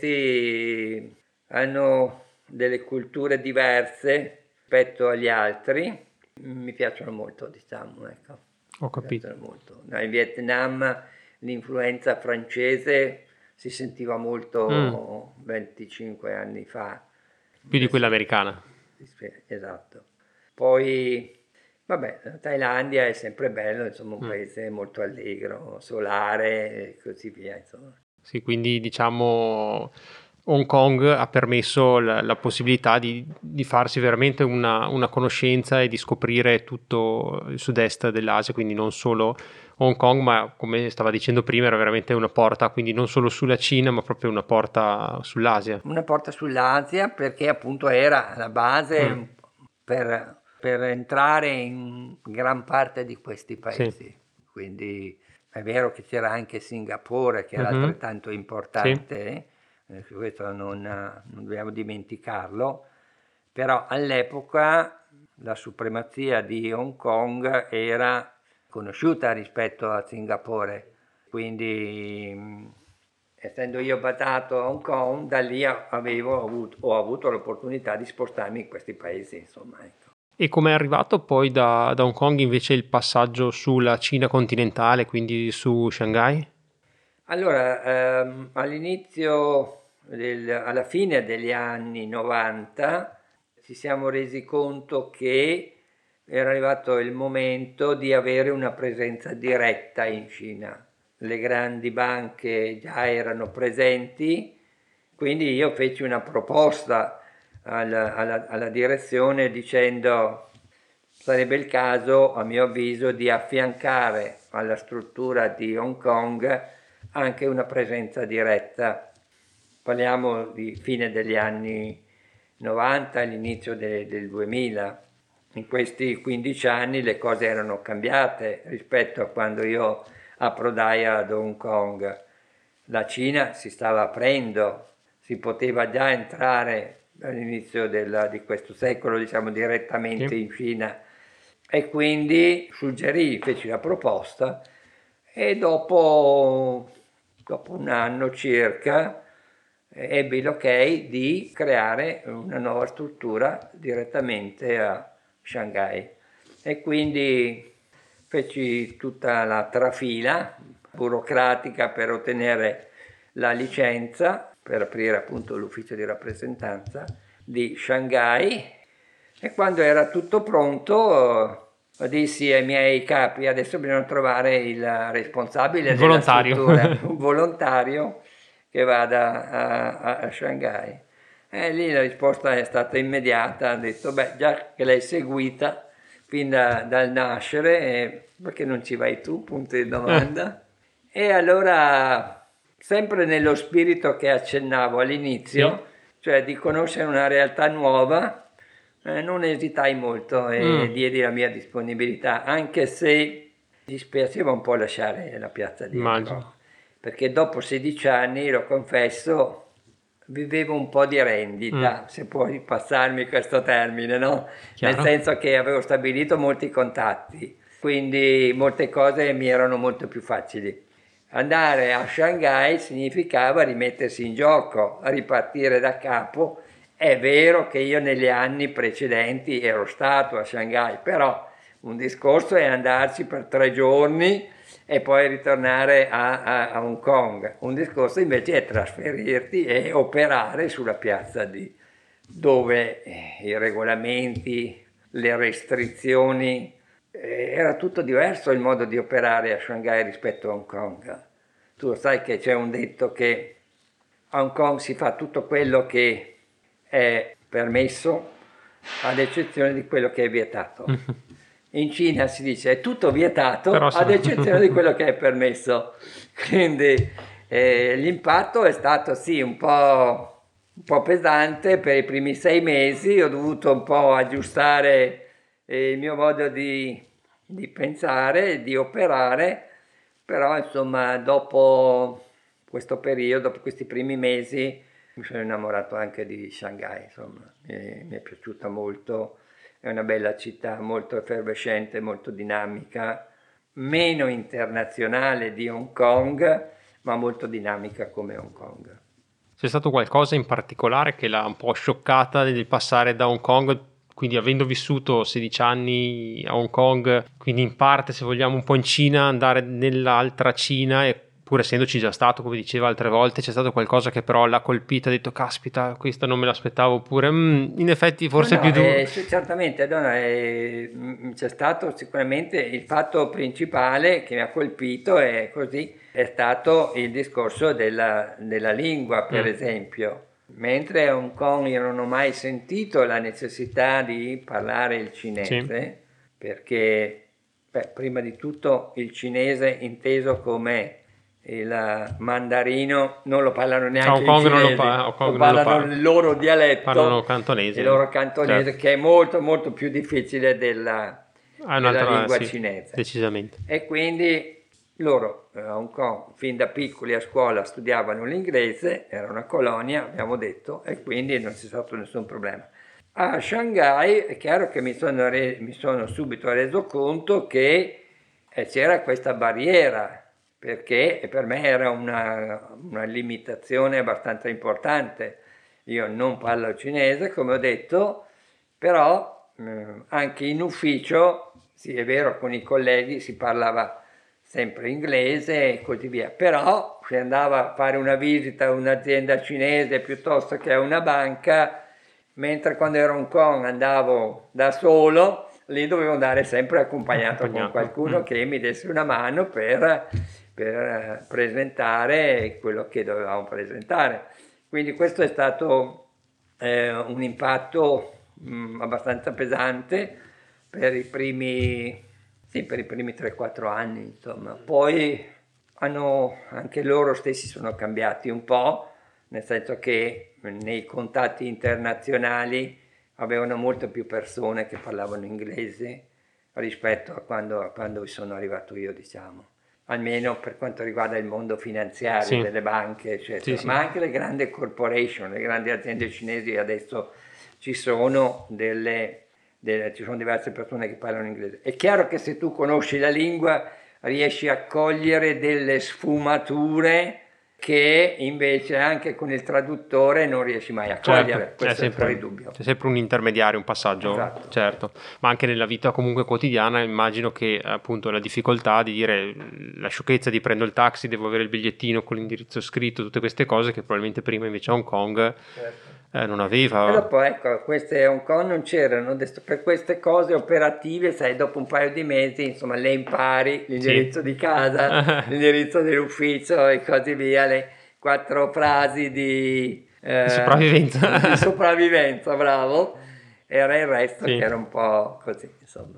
paesi hanno delle culture diverse rispetto agli altri, mi piacciono molto, diciamo, ecco. Ho capito. Molto. No, in Vietnam l'influenza francese si sentiva molto mm. venticinque anni fa. Più di quella americana. Esatto. Poi, vabbè, la Thailandia è sempre bello, insomma, un mm. paese molto allegro, solare e così via, insomma. Sì, quindi diciamo Hong Kong ha permesso la, la possibilità di, di farsi veramente una, una conoscenza e di scoprire tutto il sud-est dell'Asia, quindi non solo Hong Kong, ma come stava dicendo prima era veramente una porta, quindi non solo sulla Cina, ma proprio una porta sull'Asia. Una porta sull'Asia perché appunto era la base mm. per, per entrare in gran parte di questi paesi. Sì. Quindi è vero che c'era anche Singapore che era mm-hmm. altrettanto importante, sì. eh, questo non, non dobbiamo dimenticarlo, però all'epoca la supremazia di Hong Kong era conosciuta rispetto a Singapore, quindi essendo io basato a Hong Kong, da lì avevo avuto, ho avuto l'opportunità di spostarmi in questi paesi, insomma. Ecco. E come è arrivato poi da, da Hong Kong invece il passaggio sulla Cina continentale, quindi su Shanghai? Allora, ehm, all'inizio, del- alla fine degli anni novanta, ci siamo resi conto che era arrivato il momento di avere una presenza diretta in Cina. Le grandi banche già erano presenti, quindi io feci una proposta alla, alla- alla direzione dicendo sarebbe il caso, a mio avviso, di affiancare alla struttura di Hong Kong anche una presenza diretta. Parliamo di fine degli anni novanta, all'inizio de- del duemila. In questi quindici anni le cose erano cambiate rispetto a quando io approdai ad Hong Kong. La Cina si stava aprendo, si poteva già entrare all'inizio della- di questo secolo, diciamo, direttamente Sì. in Cina, e quindi suggerì, feci la proposta e dopo, dopo un anno circa eh, ebbi l'ok di creare una nuova struttura direttamente a Shanghai e quindi feci tutta la trafila burocratica per ottenere la licenza per aprire appunto l'ufficio di rappresentanza di Shanghai e quando era tutto pronto eh, dissi ai miei capi adesso bisogna trovare il responsabile Il della volontario. struttura, un volontario che vada a, a, a Shanghai. E lì la risposta è stata immediata, ha detto beh già che l'hai seguita fin da, dal nascere, eh, perché non ci vai tu? Punto di domanda. E allora, sempre nello spirito che accennavo Sì. all'inizio, cioè di conoscere una realtà nuova, eh, non esitai molto e Mm, diedi la mia disponibilità, anche se dispiaceva un po' lasciare la piazza di Hong Kong, immagino. perché dopo sedici anni, lo confesso, vivevo un po' di Mm, rendita, se puoi passarmi questo termine, no? Nel chiaro? senso che avevo stabilito molti contatti, quindi molte cose mi erano molto più facili. Andare a Shanghai significava rimettersi in gioco, ripartire da capo. È vero che io negli anni precedenti ero stato a Shanghai, però un discorso è andarci per tre giorni e poi ritornare a, a- a Hong Kong. Un discorso invece è trasferirti e operare sulla piazza di dove eh, i regolamenti, le restrizioni, eh, era tutto diverso il modo di operare a Shanghai rispetto a Hong Kong. Tu lo sai che c'è un detto che a Hong Kong si fa tutto quello che è permesso, ad eccezione di quello che è vietato. In Cina si dice è tutto vietato, Però ad so- eccezione di quello che è permesso. Quindi eh, l'impatto è stato sì un po', un po' pesante per i primi sei mesi, ho dovuto un po' aggiustare eh, il mio modo di, di pensare, di operare, però insomma dopo questo periodo, dopo questi primi mesi, mi sono innamorato anche di Shanghai, insomma, mi, mi è piaciuta molto, è una bella città, molto effervescente, molto dinamica, meno internazionale di Hong Kong, ma molto dinamica come Hong Kong. C'è stato qualcosa in particolare che l'ha un po' scioccata nel passare da Hong Kong, quindi avendo vissuto sedici anni a Hong Kong, quindi in parte, se vogliamo, un po' in Cina, andare nell'altra Cina, e pur essendoci già stato, come diceva altre volte, c'è stato qualcosa che però l'ha colpita, ha detto, caspita, questa non me l'aspettavo, oppure, "Mm, in effetti No, forse è più no, duro." eh, sì, certamente no, no, eh, mm, c'è stato sicuramente il fatto principale che mi ha colpito è così, è stato il discorso della, della lingua, per Mm, esempio. Mentre a Hong Kong io non ho mai sentito la necessità di parlare il sì. cinese, perché beh, prima di tutto il cinese inteso come il mandarino non lo parlano A Hong neanche i Kong non lo, cinesi, pa- Hong lo Kong non lo parlano parlo. il loro Parlano dialetto, il cantonese, loro cantonese, certo. che è molto molto più difficile della, Ah, è della un'altra, lingua sì, cinese. decisamente. E quindi loro eh, a Hong Kong, fin da piccoli a scuola, studiavano l'inglese, era una colonia, abbiamo detto, e quindi non c'è stato nessun problema. A Shanghai è chiaro che mi sono, re- mi sono subito reso conto che eh, c'era questa barriera, perché per me era una, una limitazione abbastanza importante. Io non parlo cinese, come ho detto, però eh, anche in ufficio, sì è vero, con i colleghi si parlava sempre inglese e così via. Però se andava a fare una visita a un'azienda cinese piuttosto che a una banca, mentre quando ero a Hong Kong andavo da solo, lì dovevo andare sempre accompagnato, accompagnato. con qualcuno mm. che mi desse una mano per, per presentare quello che dovevamo presentare. Quindi questo è stato eh, un impatto mh, abbastanza pesante per i primi, sì, per i primi tre quattro anni, insomma. Poi hanno, anche loro stessi sono cambiati un po', nel senso che nei contatti internazionali avevano molte più persone che parlavano inglese rispetto a quando, a quando sono arrivato io, diciamo. Almeno per quanto riguarda il mondo finanziario, sì. delle banche, eccetera. Sì, ma sì. anche le grandi corporation, le grandi aziende cinesi adesso ci sono delle, delle, ci sono diverse persone che parlano inglese. È chiaro che se tu conosci la lingua riesci a cogliere delle sfumature che invece anche con il traduttore non riesci mai a cogliere, certo, questo è, sempre, è fuori dubbio. C'è sempre un intermediario, un passaggio, esatto. certo, ma anche nella vita comunque quotidiana immagino che appunto la difficoltà di dire la sciocchezza di prendo il taxi, devo avere il bigliettino con l'indirizzo scritto, tutte queste cose che probabilmente prima invece a Hong Kong certo. eh, non aveva. E dopo ecco, queste a Hong Kong non c'erano, per queste cose operative, sai, dopo un paio di mesi insomma le impari, l'indirizzo sì. di casa, l'indirizzo dell'ufficio e così via, le quattro frasi di, eh, di sopravvivenza, di sopravvivenza, bravo, era il resto sì. che era un po' così, insomma.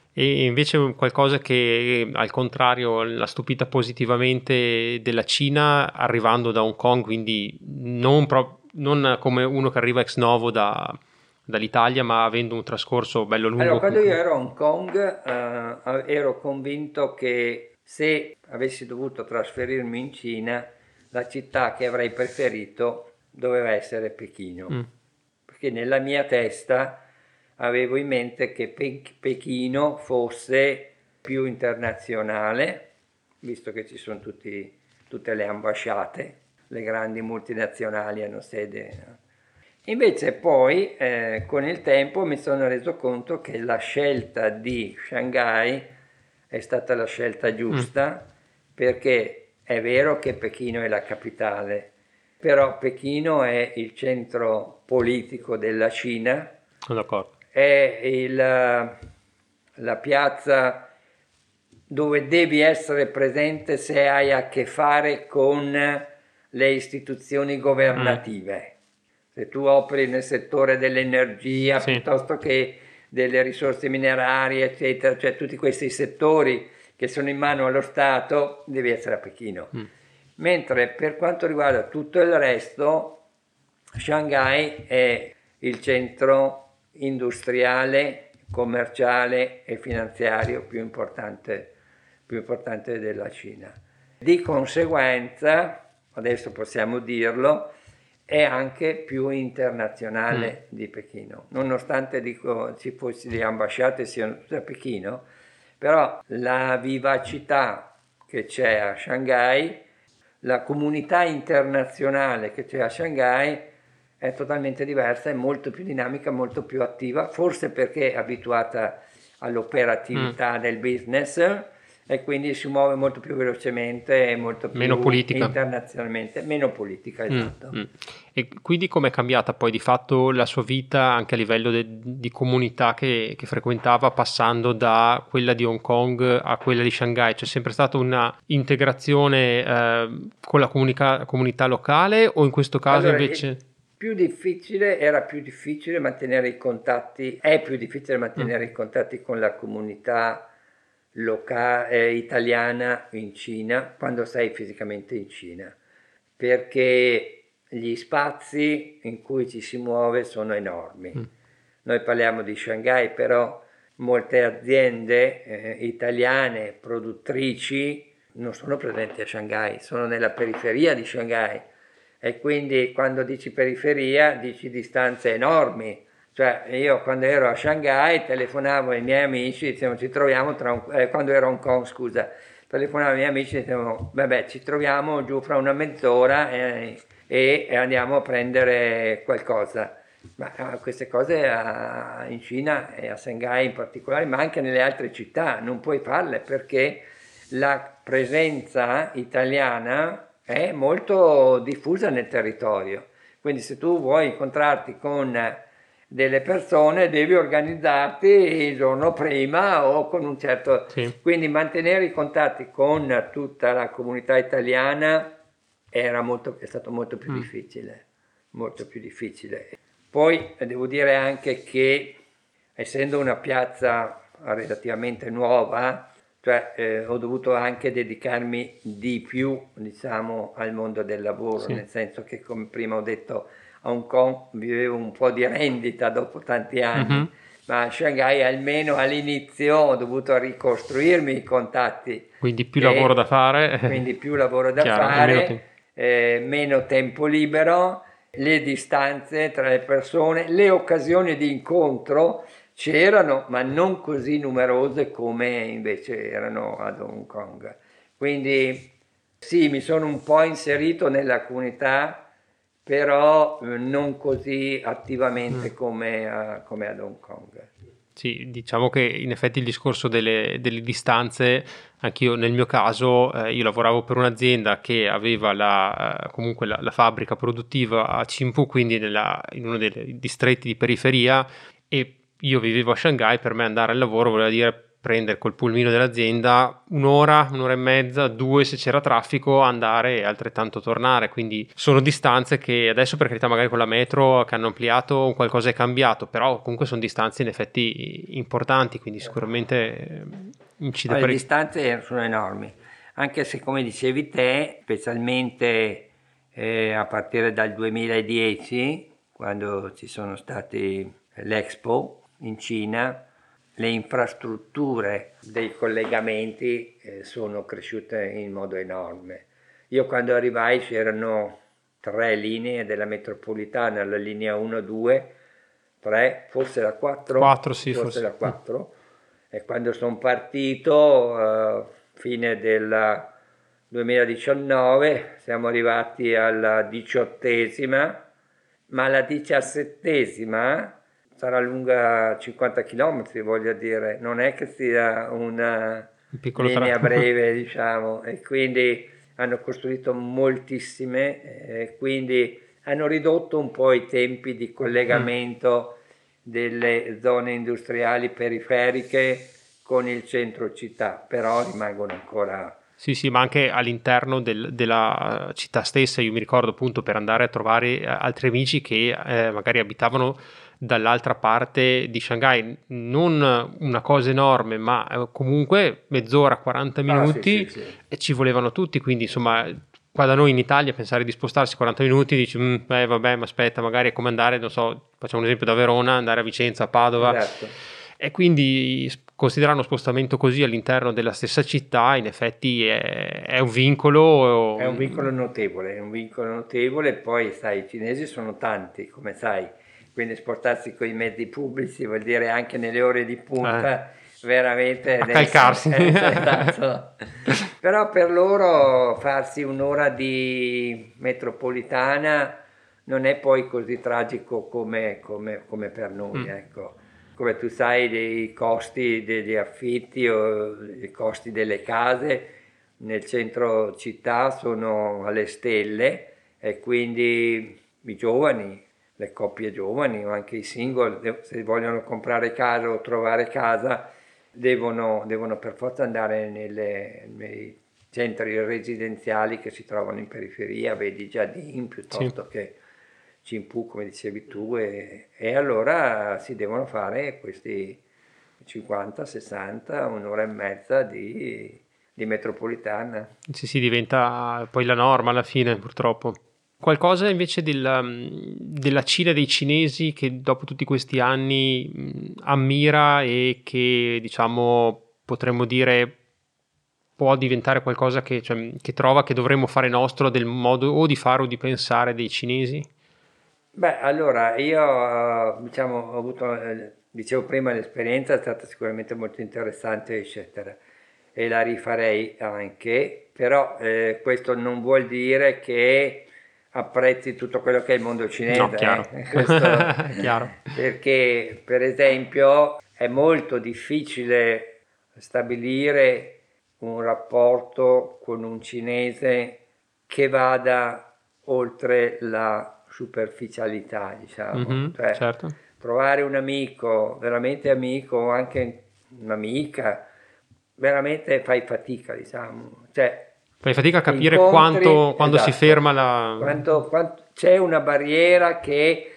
E invece qualcosa che al contrario l'ha stupita positivamente della Cina arrivando da Hong Kong, quindi non, pro- non come uno che arriva ex novo da, dall'Italia, ma avendo un trascorso bello lungo. Allora, quando io ero a Hong Kong eh, ero convinto che se avessi dovuto trasferirmi in Cina, la città che avrei preferito doveva essere Pechino, mm. perché nella mia testa avevo in mente che Pe- Pechino fosse più internazionale, visto che ci sono tutti, tutte le ambasciate, le grandi multinazionali hanno sede. Invece poi eh, con il tempo mi sono reso conto che la scelta di Shanghai è stata la scelta giusta, mm. perché è vero che Pechino è la capitale, però Pechino è il centro politico della Cina, d'accordo. È il, la piazza dove devi essere presente se hai a che fare con le istituzioni governative. Mm. Se tu operi nel settore dell'energia, sì. piuttosto che delle risorse minerarie, eccetera, cioè tutti questi settori che sono in mano allo Stato, devi essere a Pechino. Mm. Mentre per quanto riguarda tutto il resto, Shanghai è il centro industriale, commerciale e finanziario più importante, più importante della Cina. Di conseguenza, adesso possiamo dirlo, è anche più internazionale mm. di Pechino. Nonostante dico, ci fossi le ambasciate siano tutte a Pechino, però la vivacità che c'è a Shanghai, la comunità internazionale che c'è a Shanghai è totalmente diversa, è molto più dinamica, molto più attiva, forse perché è abituata all'operatività mm. del business e quindi si muove molto più velocemente e molto più meno politica. internazionalmente, meno politica, esatto. Mm. Mm. E quindi com'è cambiata poi di fatto la sua vita anche a livello de- di comunità che, che frequentava, passando da quella di Hong Kong a quella di Shanghai? C'è sempre stata una integrazione eh, con la comunica- comunità locale o in questo caso allora, invece... Più difficile, era più difficile mantenere i contatti, è più difficile mantenere mm. i contatti con la comunità locale, eh, italiana in Cina, quando sei fisicamente in Cina, perché gli spazi in cui ci si muove sono enormi. Mm. Noi parliamo di Shanghai, però molte aziende eh, italiane produttrici non sono presenti a Shanghai, sono nella periferia di Shanghai. E quindi quando dici periferia dici distanze enormi, cioè io quando ero a Shanghai telefonavo ai miei amici, dicevano ci troviamo tra un, eh, quando ero a Hong Kong scusa, telefonavo ai miei amici e dicevano vabbè ci troviamo giù fra una mezz'ora eh, e, e andiamo a prendere qualcosa. Ma eh, queste cose a, in Cina e a Shanghai in particolare, ma anche nelle altre città non puoi farle perché la presenza italiana è molto diffusa nel territorio. Quindi se tu vuoi incontrarti con delle persone devi organizzarti il giorno prima o con un certo... Sì. Quindi mantenere i contatti con tutta la comunità italiana era molto, è stato molto più mm. difficile, molto più difficile. Poi devo dire anche che essendo una piazza relativamente nuova, cioè eh, ho dovuto anche dedicarmi di più, diciamo, al mondo del lavoro, sì. Nel senso che, come prima ho detto, a Hong Kong vivevo un po' di rendita dopo tanti anni, mm-hmm. ma a Shanghai almeno all'inizio ho dovuto ricostruirmi i contatti. Quindi più lavoro da fare. Quindi più lavoro da Chiaro, fare, meno, te- eh, meno tempo libero, le distanze tra le persone, le occasioni di incontro c'erano, ma non così numerose come invece erano ad Hong Kong. Quindi sì, mi sono un po' inserito nella comunità, però non così attivamente mm. come, a, come ad Hong Kong. Sì, diciamo che in effetti il discorso delle, delle distanze, anch'io nel mio caso, eh, io lavoravo per un'azienda che aveva la, eh, comunque la, la fabbrica produttiva a Chinpu, quindi nella, in uno dei distretti di periferia, e io vivevo a Shanghai. Per me andare al lavoro voleva dire prendere col pulmino dell'azienda un'ora, un'ora e mezza, due se c'era traffico, andare e altrettanto tornare. Quindi sono distanze che adesso, per carità, magari con la metro che hanno ampliato qualcosa è cambiato, però comunque sono distanze in effetti importanti, quindi sicuramente incide le per... distanze sono enormi, anche se, come dicevi te, specialmente eh, a partire dal duemiladieci, quando ci sono stati l'Expo in Cina, le infrastrutture dei collegamenti eh, sono cresciute in modo enorme. Io quando arrivai c'erano tre linee della metropolitana, la linea uno, due, tre, forse la quattro, quattro sì, forse, forse la quattro, e quando sono partito, eh, fine del duemiladiciannove, siamo arrivati alla diciottesima, ma la diciassettesima sarà lunga cinquanta chilometri, voglio dire, non è che sia una un linea tra... breve, diciamo, e quindi hanno costruito moltissime, e quindi hanno ridotto un po' i tempi di collegamento mm. delle zone industriali periferiche con il centro città, però rimangono ancora... Sì, sì, ma anche all'interno del, della città stessa. Io mi ricordo appunto per andare a trovare altri amici che eh, magari abitavano dall'altra parte di Shanghai, non una cosa enorme, ma comunque mezz'ora, quaranta minuti, ah, sì, sì, sì. E ci volevano tutti, quindi insomma qua da noi in Italia pensare di spostarsi quaranta minuti, dici mm, beh vabbè, ma aspetta, magari è come andare, non so, facciamo un esempio da Verona, andare a Vicenza, a Padova. Esatto. E quindi considerare uno spostamento così all'interno della stessa città in effetti è, è un vincolo. È un vincolo notevole, è un vincolo notevole. Poi sai, i cinesi sono tanti, come sai, quindi spostarsi con i mezzi pubblici vuol dire anche nelle ore di punta eh. veramente a calcarsi. Esatto. Però per loro farsi un'ora di metropolitana non è poi così tragico come, come, come per noi, mm. ecco. Come tu sai, i costi degli affitti o i costi delle case nel centro città sono alle stelle, e quindi i giovani, le coppie giovani o anche i single, se vogliono comprare casa o trovare casa, devono, devono per forza andare nelle, nei centri residenziali che si trovano in periferia, vedi Jiading piuttosto sì. che Chinpu, come dicevi tu, e, e allora si devono fare questi cinquanta, sessanta, un'ora e mezza di, di metropolitana. Sì, sì, diventa poi la norma alla fine, purtroppo. Qualcosa invece della, della Cina, dei cinesi, che dopo tutti questi anni mh, ammira e che, diciamo, potremmo dire può diventare qualcosa che, cioè, che trova che dovremmo fare nostro, del modo o di fare o di pensare dei cinesi? Beh, allora, io diciamo, ho avuto, eh, dicevo prima, l'esperienza è stata sicuramente molto interessante, eccetera, e la rifarei anche, però eh, questo non vuol dire che apprezzi tutto quello che è il mondo cinese. No, chiaro. Eh? Questo, chiaro. Perché, per esempio, è molto difficile stabilire un rapporto con un cinese che vada oltre la superficialità, diciamo. Mhm, Cioè, certo. trovare un amico, veramente amico, o anche un'amica, veramente fai fatica, diciamo. Cioè, Fai fatica a capire quanto, incontri, quando si esatto, ferma la... quando, quando c'è una barriera che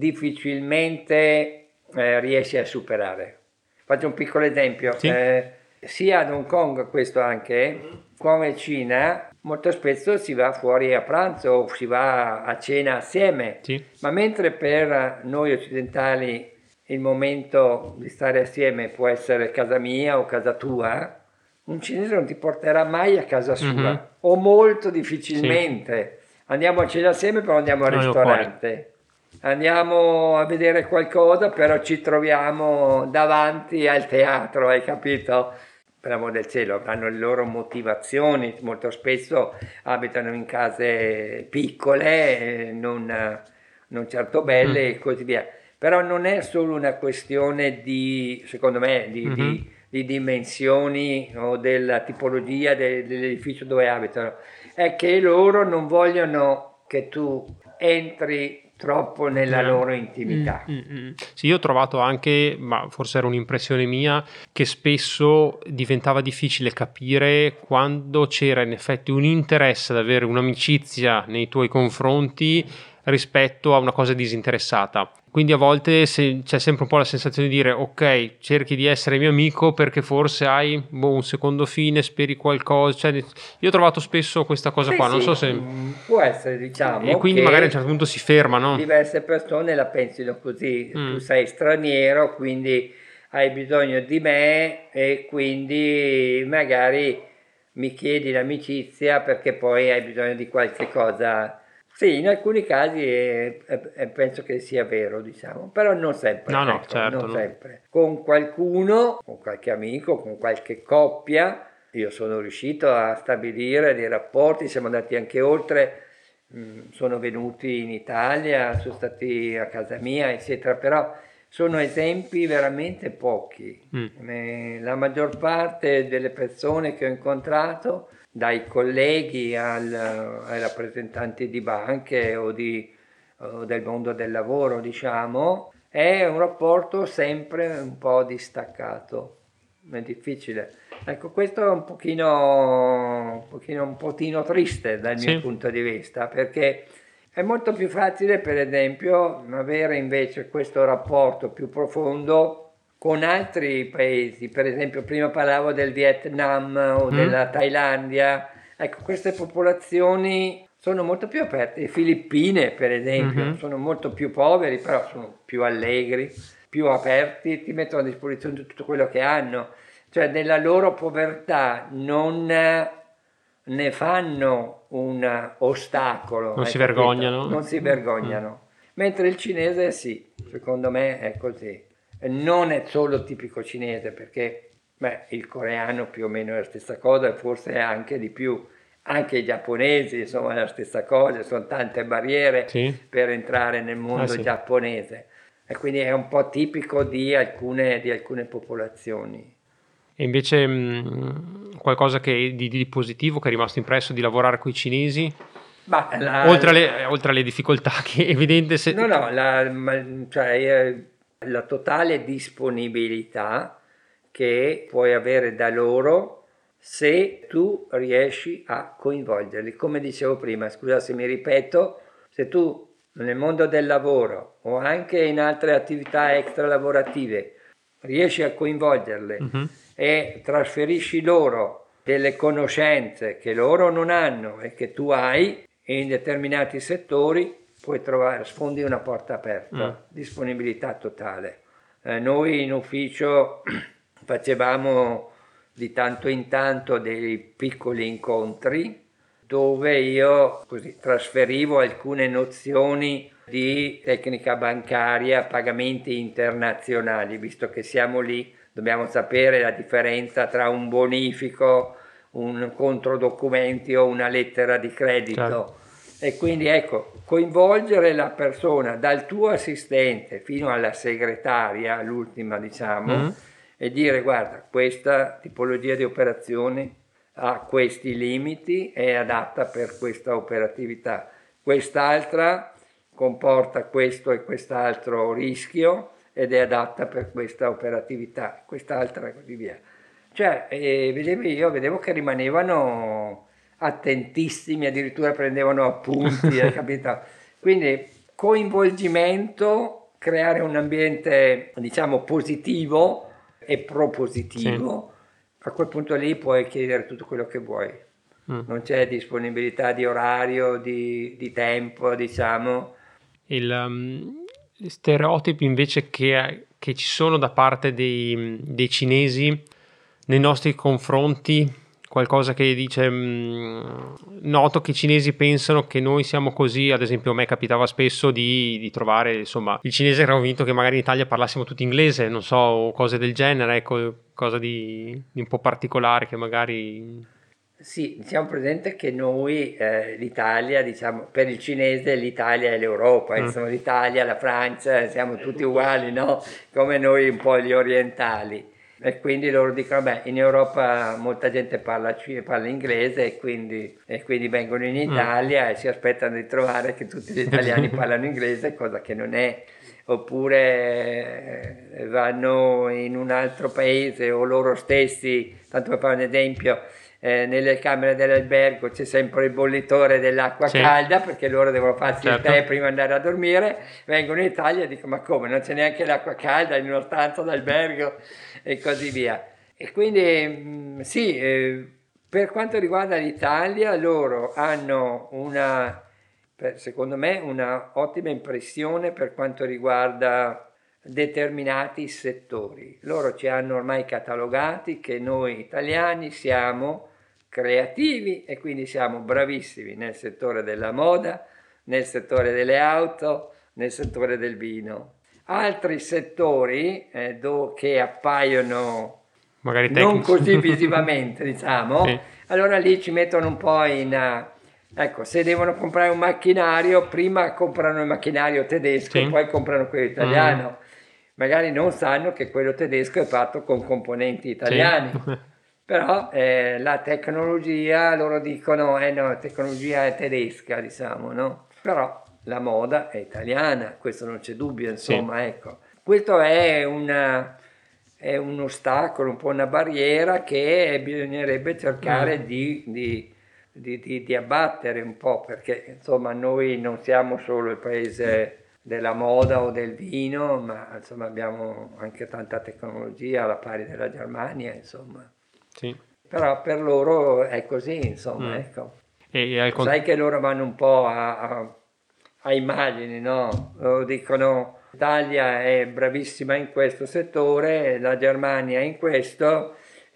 difficilmente eh, riesci a superare. Faccio un piccolo esempio, Sì, eh, sia ad Hong Kong, questo anche, come Cina, molto spesso si va fuori a pranzo o si va a cena assieme, sì. ma mentre per noi occidentali il momento di stare assieme può essere casa mia o casa tua, un cinese non ti porterà mai a casa Mhm, sua, o molto sì. difficilmente. Andiamo a cena assieme, però andiamo al Andiamo fuori. ristorante. Andiamo a vedere qualcosa, però ci troviamo davanti al teatro, hai capito? Per amor del cielo, avranno le loro motivazioni, molto spesso abitano in case piccole, eh, non, non certo Mm, belle e così via. Però non è solo una questione di, secondo me, di, mhm. di- di dimensioni o della tipologia de- dell'edificio dove abitano, è che loro non vogliono che tu entri troppo nella Eh, loro mm, intimità. mm, mm. Sì, io ho trovato anche, ma forse era un'impressione mia, che spesso diventava difficile capire quando c'era in effetti un interesse ad avere un'amicizia nei tuoi confronti rispetto a una cosa disinteressata. Quindi a volte se- c'è sempre un po' la sensazione di dire ok, cerchi di essere mio amico perché forse hai boh, un secondo fine, speri qualcosa. Cioè, io ho trovato spesso questa cosa Sì, qua, non so sì, se... mm, può essere, E diciamo, quindi magari a un certo che punto si ferma, no? diverse persone la pensino così. Tu Mm. sei straniero, quindi hai bisogno di me e quindi magari mi chiedi l'amicizia perché poi hai bisogno di qualche cosa. Sì, in alcuni casi eh, eh, penso che sia vero, diciamo, però non sempre, No, no, ecco, certo, non no. sempre. Con qualcuno, con qualche amico, con qualche coppia, io sono riuscito a stabilire dei rapporti, siamo andati anche oltre, mh, sono venuti in Italia, sono stati a casa mia, eccetera, però sono esempi veramente pochi. Mm. Eh, La maggior parte delle persone che ho incontrato, dai colleghi al- ai rappresentanti di banche o, di, o del mondo del lavoro, diciamo, è un rapporto sempre un po' distaccato. È difficile. Ecco, questo è un pochino, un pochino, un pochino triste dal mio Sì. punto di vista, perché è molto più facile, per esempio, avere invece questo rapporto più profondo con altri paesi. Per esempio, prima parlavo del Vietnam o Mm. della Thailandia. Ecco, queste popolazioni sono molto più aperte. Le Filippine, per esempio, Mhm. sono molto più poveri, però sono più allegri, più aperti, ti mettono a disposizione di tutto quello che hanno. Cioè, della loro povertà non ne fanno un ostacolo, Non hai si capito? vergognano. Non si Mm. vergognano. Mentre il cinese sì, secondo me è così. E non è solo tipico cinese, perché beh, il coreano più o meno è la stessa cosa, e forse anche di più. Anche i giapponesi, insomma, è la stessa cosa, sono tante barriere Sì. per entrare nel Ah, mondo sì. giapponese. E quindi è un po' tipico di alcune, di alcune popolazioni. E invece mh, qualcosa che, di, di positivo che è rimasto impresso di lavorare con i cinesi, Ma oltre la, alle, oltre alle difficoltà che è evidente se... No, no, la, ma- cioè, eh, la totale disponibilità che puoi avere da loro se tu riesci a coinvolgerli. Come dicevo prima, scusa se mi ripeto, se tu nel mondo del lavoro o anche in altre attività extra lavorative riesci a coinvolgerle Mhm. e trasferisci loro delle conoscenze che loro non hanno e che tu hai in determinati settori, puoi trovare, sfondi una porta Mm. aperta, disponibilità totale. Eh, noi in ufficio facevamo di tanto in tanto dei piccoli incontri dove io così trasferivo alcune nozioni di tecnica bancaria, pagamenti internazionali, visto che siamo lì, dobbiamo sapere la differenza tra un bonifico, un controdocumenti o una lettera di Certo. credito. E quindi ecco, coinvolgere la persona dal tuo assistente fino alla segretaria, l'ultima diciamo, Mm. e dire guarda, questa tipologia di operazioni ha questi limiti, è adatta per questa operatività. Quest'altra comporta questo e quest'altro rischio ed è adatta per questa operatività, quest'altra e così via. Cioè, eh, vedevo io, vedevo che rimanevano attentissimi, addirittura prendevano appunti, hai capito? Quindi coinvolgimento, creare un ambiente, diciamo, positivo e propositivo, sì. A quel punto lì puoi chiedere tutto quello che vuoi. Mm. Non c'è disponibilità di orario, di, di tempo, diciamo. Il um, stereotipi invece che, che ci sono da parte dei, dei cinesi nei nostri confronti, qualcosa che dice mh, noto che i cinesi pensano che noi siamo così. Ad esempio a me capitava spesso di, di trovare, insomma, il cinese era convinto che magari in Italia parlassimo tutti inglese, non so, o cose del genere, ecco, cosa di, di un po' particolare che magari... Sì, diciamo presente che noi, eh, l'Italia, diciamo, per il cinese l'Italia è l'Europa, mm. insomma l'Italia, la Francia, siamo tutti uguali, no? Come noi un po' gli orientali. E quindi loro dicono, beh, in Europa molta gente parla, parla inglese e quindi, e quindi vengono in Italia mm. e si aspettano di trovare che tutti gli italiani parlano inglese, cosa che non è. Oppure eh, vanno in un altro paese o loro stessi, tanto per fare un esempio, eh, nelle camere dell'albergo c'è sempre il bollitore dell'acqua sì. calda, perché loro devono farsi certo. il tè prima di andare a dormire, vengono in Italia e dicono, ma come, non c'è neanche l'acqua calda in una stanza d'albergo e così via. E quindi mh, sì, eh, per quanto riguarda l'Italia, loro hanno una, per, secondo me, una ottima impressione per quanto riguarda determinati settori. Loro ci hanno ormai catalogati che noi italiani siamo creativi e quindi siamo bravissimi nel settore della moda, nel settore delle auto, nel settore del vino. Altri settori eh, do, che appaiono magari non così visivamente, diciamo, sì. allora lì ci mettono un po' in... Uh, ecco, se devono comprare un macchinario, prima comprano il macchinario tedesco, sì. poi comprano quello italiano. Mm. Magari non sanno che quello tedesco è fatto con componenti italiani. Sì. Però eh, la tecnologia, loro dicono, eh no, la tecnologia è tedesca, diciamo, no? Però la moda è italiana, questo non c'è dubbio, insomma, sì. ecco. Questo è, una, è un ostacolo, un po' una barriera che bisognerebbe cercare mm. di, di, di, di, di abbattere un po', perché, insomma, noi non siamo solo il paese della moda o del vino, ma, insomma, abbiamo anche tanta tecnologia alla pari della Germania, insomma. Sì. Però per loro è così, insomma, mm. ecco. E, e sai che loro vanno un po' a, a, a immagini, no? Loro dicono l'Italia è bravissima in questo settore, la Germania in questo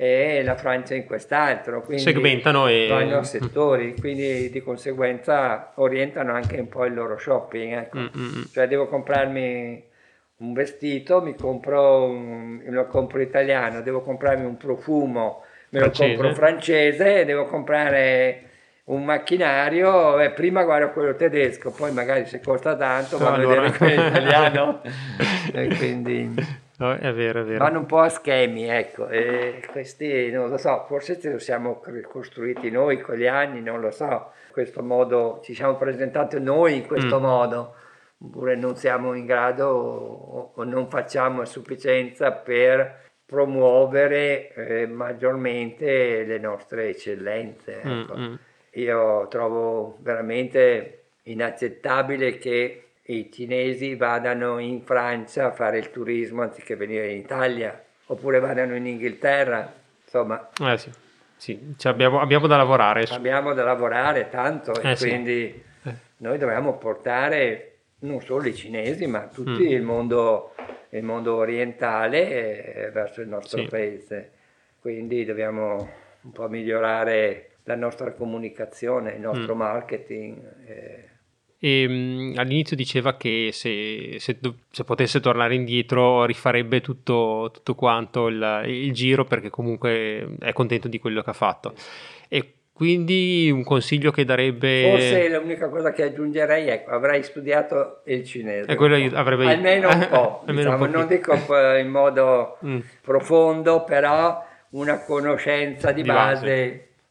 e la Francia in quest'altro. Quindi segmentano e... vanno a settori, quindi di conseguenza orientano anche un po' il loro shopping, ecco. Mm-hmm. Cioè devo comprarmi un vestito, mi compro un, lo compro italiano, devo comprarmi un profumo, me lo francese. compro francese, devo comprare un macchinario e prima guardo quello tedesco, poi magari se costa tanto no, vado allora... a vedere quello italiano e quindi no, è vero, è vero. vanno un po' a schemi, ecco, e questi non lo so, forse ce lo siamo costruiti noi con gli anni, non lo so, in questo modo ci siamo presentati noi in questo mm. modo, oppure non siamo in grado o, o non facciamo a sufficienza per promuovere eh, maggiormente le nostre eccellenze. Ecco. Mm-hmm. Io trovo veramente inaccettabile che i cinesi vadano in Francia a fare il turismo anziché venire in Italia, oppure vadano in Inghilterra, insomma. Eh sì, sì. Cioè abbiamo, abbiamo da lavorare. Abbiamo da lavorare tanto e eh quindi sì. eh. noi dobbiamo portare non solo i cinesi, ma tutto mm. il mondo... il mondo orientale verso il nostro sì. paese, quindi dobbiamo un po' migliorare la nostra comunicazione, il nostro mm. marketing. Eh. E, um, all'inizio diceva che se, se, se potesse tornare indietro rifarebbe tutto, tutto quanto il, il giro, perché comunque è contento di quello che ha fatto. E quindi un consiglio che darebbe... Forse l'unica cosa che aggiungerei è che avrei studiato il cinese. E quello avrebbe... Almeno un po', diciamo, un non dico in modo mm. profondo, però una conoscenza di, di base, base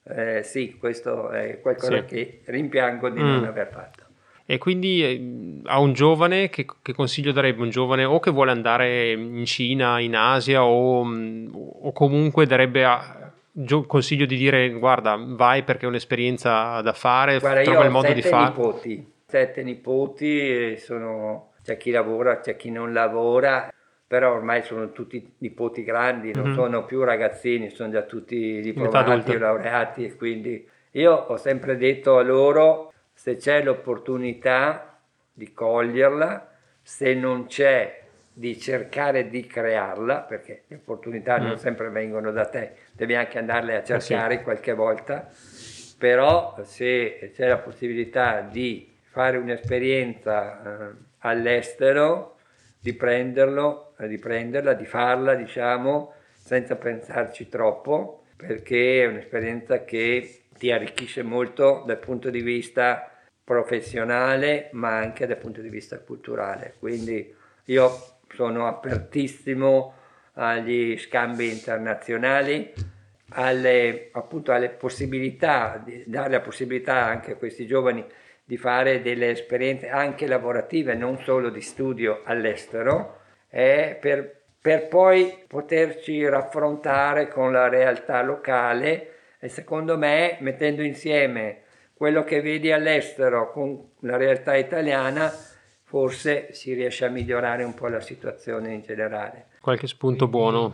Eh, sì, questo è qualcosa Sì. che rimpiango di non Mm. aver fatto. E quindi eh, a un giovane, che, che consiglio darebbe un giovane o che vuole andare in Cina, in Asia o, mh, o comunque darebbe a, gio- consiglio di dire guarda vai perché è un'esperienza da fare, f- Guarda, io trova il ho modo di sette farlo. nipoti, sette nipoti, e sono, c'è chi lavora, c'è chi non lavora, però ormai sono tutti nipoti grandi, non Mhm. sono più ragazzini, sono già tutti In età diplomati o adulta. laureati e quindi io ho sempre detto a loro, se c'è l'opportunità di coglierla, se non c'è di cercare di crearla, perché le opportunità non Mm. sempre vengono da te, devi anche andarle a Eh sì. cercare qualche volta, però se c'è la possibilità di fare un'esperienza eh, all'estero, di prenderlo, eh, di prenderla, di farla, diciamo, senza pensarci troppo, perché è un'esperienza che ti arricchisce molto dal punto di vista professionale, ma anche dal punto di vista culturale. Quindi io sono apertissimo agli scambi internazionali, alle, appunto, alle possibilità, di dare la possibilità anche a questi giovani di fare delle esperienze anche lavorative, non solo di studio all'estero, eh, per, per poi poterci raffrontare con la realtà locale e secondo me mettendo insieme quello che vedi all'estero con la realtà italiana forse si riesce a migliorare un po' la situazione in generale. Qualche spunto buono. Quindi,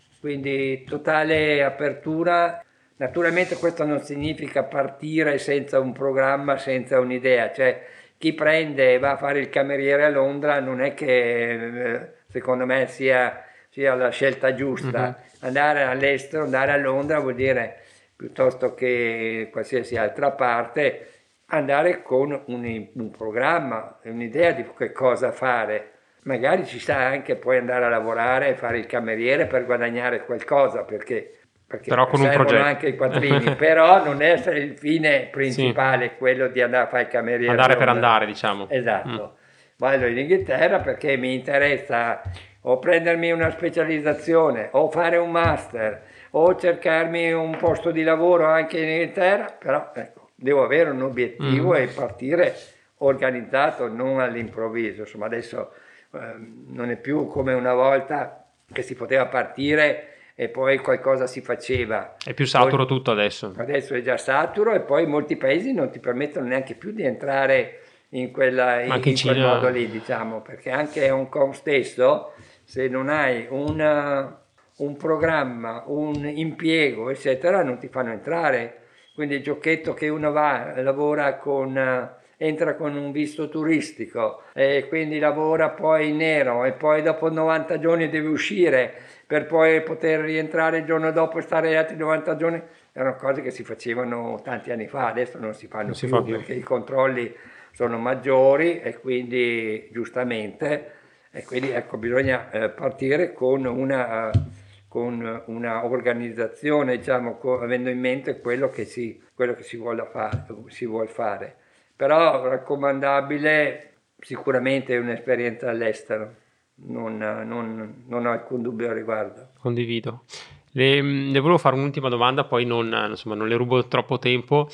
quindi totale apertura. Naturalmente questo non significa partire senza un programma, senza un'idea, cioè chi prende e va a fare il cameriere a Londra non è che eh, secondo me sia, sia la scelta Mhm. giusta. Andare all'estero, andare a Londra vuol dire piuttosto che qualsiasi altra parte, andare con un, un programma, un'idea di che cosa fare. Magari ci sa anche poi andare a lavorare e fare il cameriere per guadagnare qualcosa, perché, perché Però con un servono progetto. anche i quattrini, però non è il fine Sì, principale quello di andare a fare il cameriere a andare per Londra. andare, diciamo. Mm. Esatto. Vado in Inghilterra perché mi interessa o prendermi una specializzazione o fare un master o cercarmi un posto di lavoro anche in Inghilterra, però ecco, devo avere un obiettivo Mhm. e partire organizzato, non all'improvviso. Insomma, adesso eh, non è più come una volta che si poteva partire e poi qualcosa si faceva. È più saturo Mol- tutto adesso. Adesso è già saturo e poi molti paesi non ti permettono neanche più di entrare in, quella, Ma in, anche in in quel modo Cina. lì, diciamo, perché anche Hong Kong stesso, se non hai una, un programma, un impiego, eccetera, non ti fanno entrare. Quindi il giochetto che uno va, lavora con, eh, entra con un visto turistico e quindi lavora poi in nero e poi dopo novanta giorni deve uscire per poi poter rientrare il giorno dopo e stare altri novanta giorni, erano cose che si facevano tanti anni fa, adesso non si Non fanno si fa più più. perché i controlli sono maggiori e quindi giustamente, e quindi ecco, bisogna eh, partire con una, eh, con una organizzazione, diciamo, co- avendo in mente quello che si, quello che si vuole fare, si vuol fare. Però raccomandabile sicuramente un'esperienza all'estero, non, non- non ho alcun dubbio al riguardo. Condivido. Le, mm, le volevo fare un'ultima domanda, poi non, eh, insomma, non le rubo troppo tempo.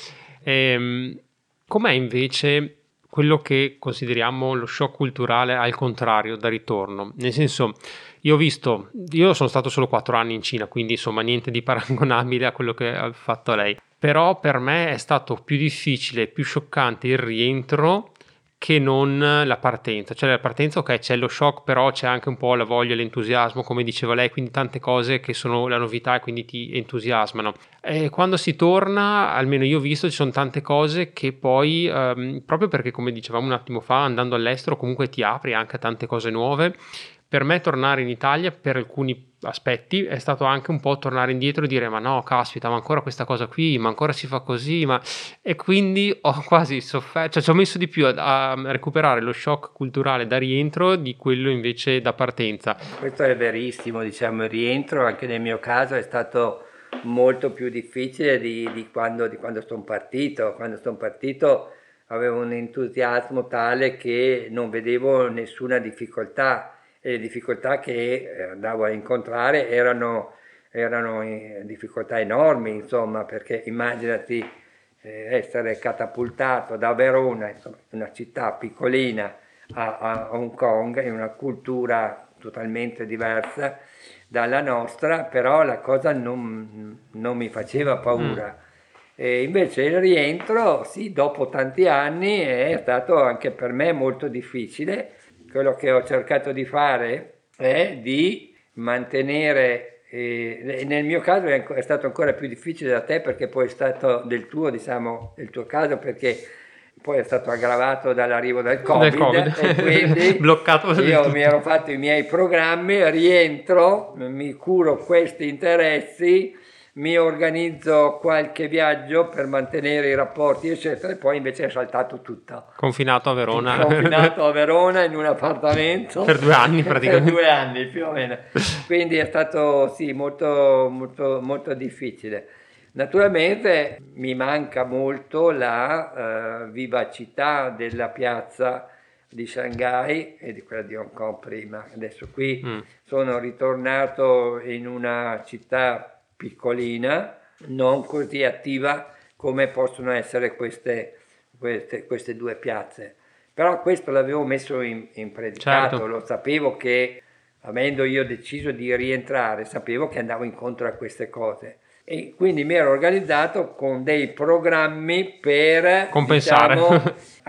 Ehm, com'è invece quello che consideriamo lo shock culturale al contrario, da ritorno? Nel senso, io ho visto, io sono stato solo quattro anni in Cina, quindi insomma niente di paragonabile a quello che ha fatto lei. Però per me è stato più difficile, più scioccante il rientro che non la partenza. Cioè la partenza, ok, c'è lo shock, però c'è anche un po' la voglia, l'entusiasmo, come diceva lei, quindi tante cose che sono la novità e quindi ti entusiasmano. E quando si torna, almeno io ho visto, ci sono tante cose che poi, ehm, proprio perché come dicevamo un attimo fa, andando all'estero comunque ti apri anche a tante cose nuove. Per me tornare in Italia per alcuni aspetti è stato anche un po' tornare indietro e dire ma no, caspita, ma ancora questa cosa qui, ma ancora si fa così, ma e quindi ho quasi sofferto, cioè ci ho messo di più a, a recuperare lo shock culturale da rientro di quello invece da partenza. Questo è verissimo, diciamo, il rientro anche nel mio caso è stato molto più difficile di, di quando, di quando sono partito. Quando sono partito avevo un entusiasmo tale che non vedevo nessuna difficoltà e le difficoltà che eh, andavo a incontrare erano erano in difficoltà enormi, insomma, perché immaginati eh, essere catapultato da Verona, insomma, una città piccolina, a, a Hong Kong, in una cultura totalmente diversa dalla nostra, però la cosa non, non mi faceva paura. Mm. E invece il rientro, sì, dopo tanti anni è stato anche per me molto difficile. Quello che ho cercato di fare è di mantenere, eh, nel mio caso è, è stato ancora più difficile da te, perché poi è stato del tuo, diciamo, del tuo caso, perché poi è stato aggravato dall'arrivo del Covid, del COVID. E quindi bloccato io mi ero fatto i miei programmi, rientro, mi curo questi interessi, mi organizzo qualche viaggio per mantenere i rapporti eccetera, e poi invece è saltato tutto. Confinato a Verona. Confinato a Verona in un appartamento. Per due anni praticamente. Per due anni più o meno. Quindi è stato sì molto, molto, molto difficile. Naturalmente mi manca molto la uh, vivacità della piazza di Shanghai e di quella di Hong Kong prima. Adesso qui mm. sono ritornato in una città piccolina, non così attiva come possono essere queste, queste, queste due piazze. Però questo l'avevo messo in, in predicato, certo. Lo sapevo che, avendo io deciso di rientrare, sapevo che andavo incontro a queste cose. E quindi mi ero organizzato con dei programmi per compensare, diciamo,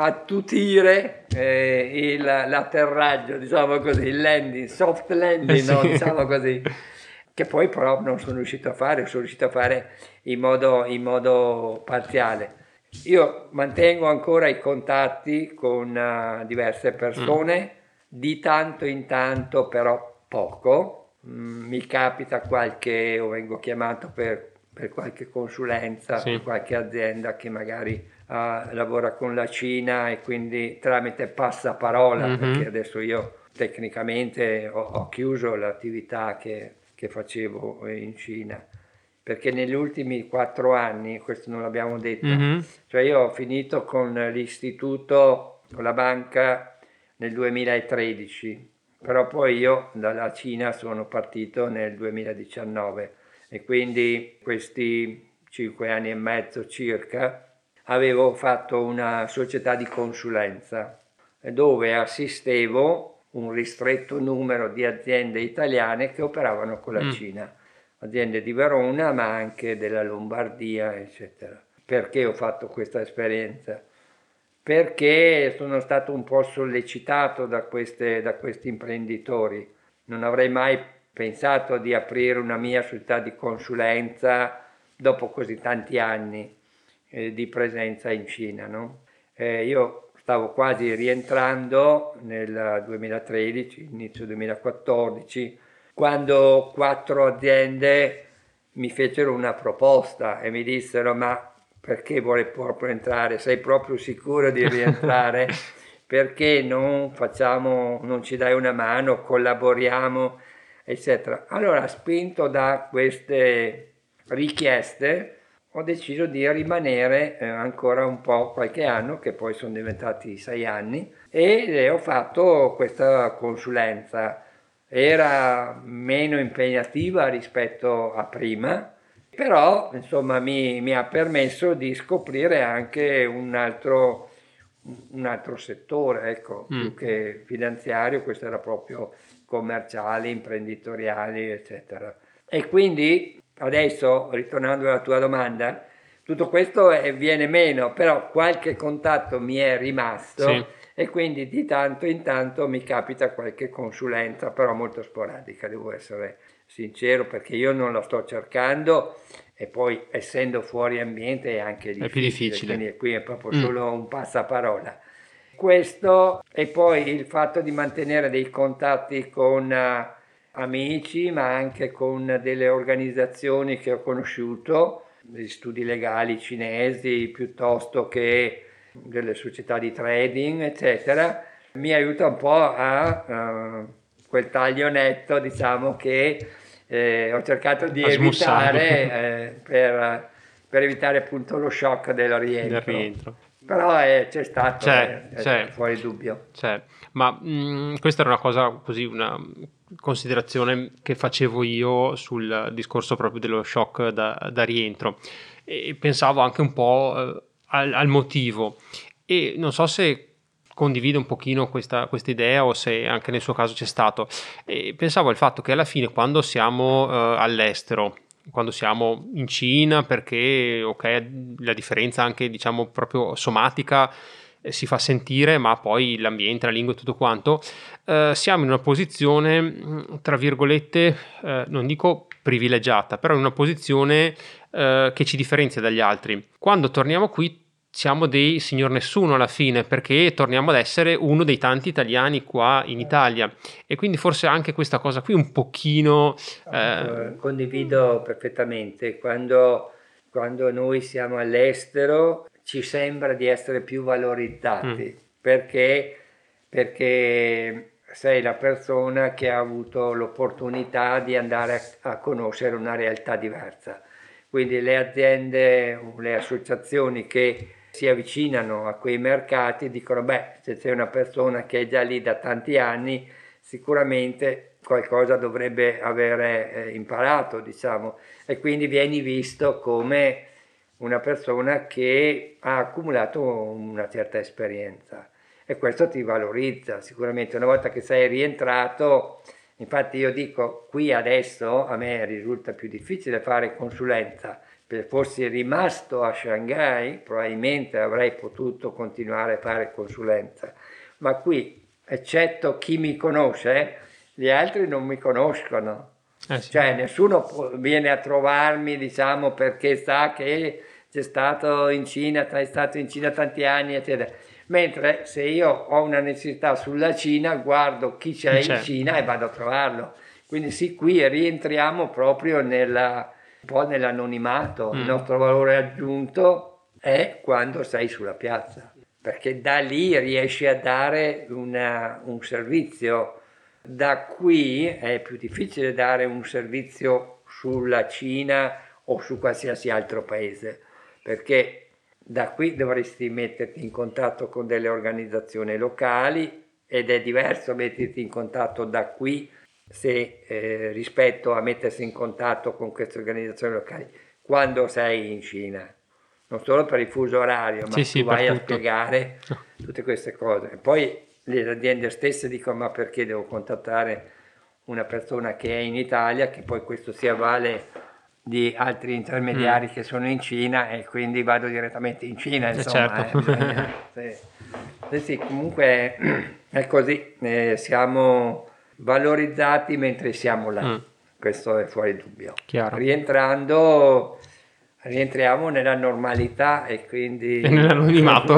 attutire eh, il, l'atterraggio, diciamo così, il landing, soft landing, sì. No, diciamo così, che poi però non sono riuscito a fare, sono riuscito a fare in modo, in modo parziale. Io mantengo ancora i contatti con uh, diverse persone, mm. di tanto in tanto, però poco. Mm, mi capita qualche, o vengo chiamato per, per qualche consulenza, sì. Per qualche azienda che magari uh, lavora con la Cina, e quindi tramite passaparola, mm-hmm. perché adesso io tecnicamente ho, ho chiuso l'attività che, che facevo in Cina, perché negli ultimi quattro anni, questo non l'abbiamo detto, mm-hmm. cioè io ho finito con l'istituto, con la banca nel duemilatredici, però poi io dalla Cina sono partito nel duemiladiciannove e quindi questi cinque anni e mezzo circa avevo fatto una società di consulenza dove assistevo un ristretto numero di aziende italiane che operavano con la mm. Cina, aziende di Verona ma anche della Lombardia eccetera. Perché ho fatto questa esperienza? Perché sono stato un po' sollecitato da, queste, da questi imprenditori. Non avrei mai pensato di aprire una mia società di consulenza dopo così tanti anni eh, di presenza in Cina, no? Eh, io stavo quasi rientrando nel duemilatredici, inizio duemilaquattordici, quando quattro aziende mi fecero una proposta e mi dissero: ma perché vuole proprio entrare? Sei proprio sicuro di rientrare? Perché non facciamo, non ci dai una mano, collaboriamo, eccetera. Allora, spinto da queste richieste, ho deciso di rimanere eh, ancora un po', qualche anno, che poi sono diventati sei anni, e ho fatto questa consulenza. Era meno impegnativa rispetto a prima, però insomma mi, mi ha permesso di scoprire anche un altro, un altro settore, ecco, mm. più che finanziario, questo era proprio commerciali, imprenditoriali, eccetera. E quindi adesso, ritornando alla tua domanda, tutto questo è, viene meno, però qualche contatto mi è rimasto, sì. E quindi di tanto in tanto mi capita qualche consulenza, però molto sporadica, devo essere sincero, perché io non la sto cercando, e poi essendo fuori ambiente è anche difficile, è più difficile. Quindi qui è proprio mm. solo un passaparola. Questo, e poi il fatto di mantenere dei contatti con uh, amici, ma anche con delle organizzazioni che ho conosciuto, degli studi legali cinesi, piuttosto che delle società di trading, eccetera, mi aiuta un po' a uh, quel taglio netto, diciamo, che eh, ho cercato di evitare eh, per, per evitare appunto lo shock del rientro. Del rientro. Però eh, c'è stato, c'è, eh, c'è. Fuori dubbio. C'è. Ma mh, questa era una cosa così, una considerazione che facevo io sul discorso proprio dello shock da, da rientro, e pensavo anche un po' eh, al, al motivo, e non so se condivido un pochino questa idea o se anche nel suo caso c'è stato. E pensavo al fatto che alla fine, quando siamo eh, all'estero, quando siamo in Cina, perché ok, la differenza anche diciamo proprio somatica eh, si fa sentire, ma poi l'ambiente, la lingua e tutto quanto, eh, siamo in una posizione tra virgolette eh, non dico privilegiata, però in una posizione eh, che ci differenzia dagli altri. Quando torniamo qui siamo dei signor nessuno alla fine, perché torniamo ad essere uno dei tanti italiani qua in Italia, e quindi forse anche questa cosa qui un pochino eh... condivido perfettamente. Quando, quando noi siamo all'estero ci sembra di essere più valorizzati, mm. perché perché sei la persona che ha avuto l'opportunità di andare a, a conoscere una realtà diversa. Quindi le aziende, le associazioni che si avvicinano a quei mercati dicono: beh, se c'è una persona che è già lì da tanti anni, sicuramente qualcosa dovrebbe avere eh, imparato, diciamo, e quindi vieni visto come una persona che ha accumulato una certa esperienza, e questo ti valorizza sicuramente. Una volta che sei rientrato, infatti io dico, qui adesso a me risulta più difficile fare consulenza. Se fossi rimasto a Shanghai probabilmente avrei potuto continuare a fare consulenza, ma qui, eccetto chi mi conosce, gli altri non mi conoscono. Eh sì. Cioè nessuno viene a trovarmi, diciamo, perché sa che c'è stato in Cina, è stato in Cina tanti anni, eccetera. Mentre se io ho una necessità sulla Cina, guardo chi c'è, c'è. in Cina e vado a trovarlo. Quindi sì, qui rientriamo proprio nella... un po' nell'anonimato. Mm. Il nostro valore aggiunto è quando sei sulla piazza, perché da lì riesci a dare una, un servizio. Da qui è più difficile dare un servizio sulla Cina o su qualsiasi altro paese, perché da qui dovresti metterti in contatto con delle organizzazioni locali, ed è diverso metterti in contatto da qui se eh, rispetto a mettersi in contatto con queste organizzazioni locali quando sei in Cina, non solo per il fuso orario, ma sì, tu sì, vai a spiegare tutte queste cose. E poi le aziende stesse dicono: ma perché devo contattare una persona che è in Italia, che poi questo si avvale di altri intermediari mm. che sono in Cina, e quindi vado direttamente in Cina, insomma. Eh, certo. eh, sì. Sì, comunque è così, eh, siamo valorizzati mentre siamo là, mm. questo è fuori dubbio. Chiaro. Rientrando rientriamo nella normalità e quindi e nell'anonimato.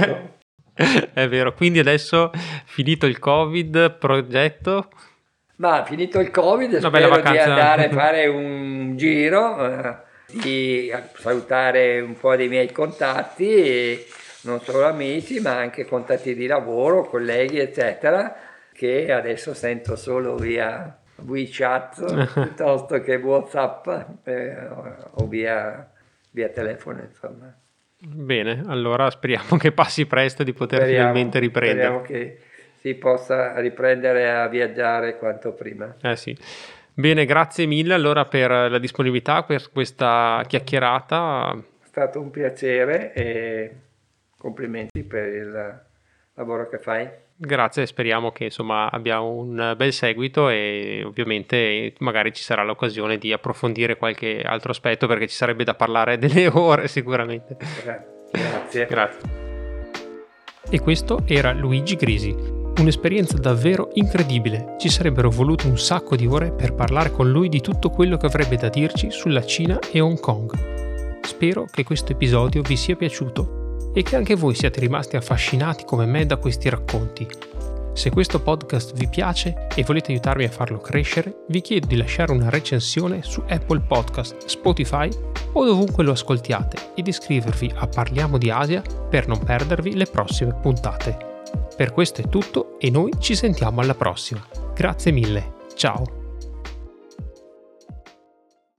È vero. Quindi adesso, finito il Covid, progetto? Ma finito il Covid spero di andare a fare un giro, eh, di salutare un po' dei miei contatti, e non solo amici ma anche contatti di lavoro, colleghi eccetera, che adesso sento solo via WeChat piuttosto che WhatsApp eh, o via, via telefono, insomma. Bene, allora speriamo che passi presto di poter speriamo, finalmente riprendere. Speriamo che si possa riprendere a viaggiare quanto prima. Eh sì. Bene, grazie mille allora per la disponibilità, per questa chiacchierata. È stato un piacere e complimenti per il lavoro che fai. Grazie, speriamo che insomma abbia un bel seguito, e ovviamente magari ci sarà l'occasione di approfondire qualche altro aspetto, perché ci sarebbe da parlare delle ore sicuramente. Grazie. Grazie. E questo era Luigi Grisi, un'esperienza davvero incredibile. Ci sarebbero volute un sacco di ore per parlare con lui di tutto quello che avrebbe da dirci sulla Cina e Hong Kong. Spero che questo episodio vi sia piaciuto e che anche voi siate rimasti affascinati come me da questi racconti. Se questo podcast vi piace e volete aiutarmi a farlo crescere, vi chiedo di lasciare una recensione su Apple Podcast, Spotify o dovunque lo ascoltiate, e di iscrivervi a Parliamo di Asia per non perdervi le prossime puntate. Per questo è tutto e noi ci sentiamo alla prossima. Grazie mille, ciao!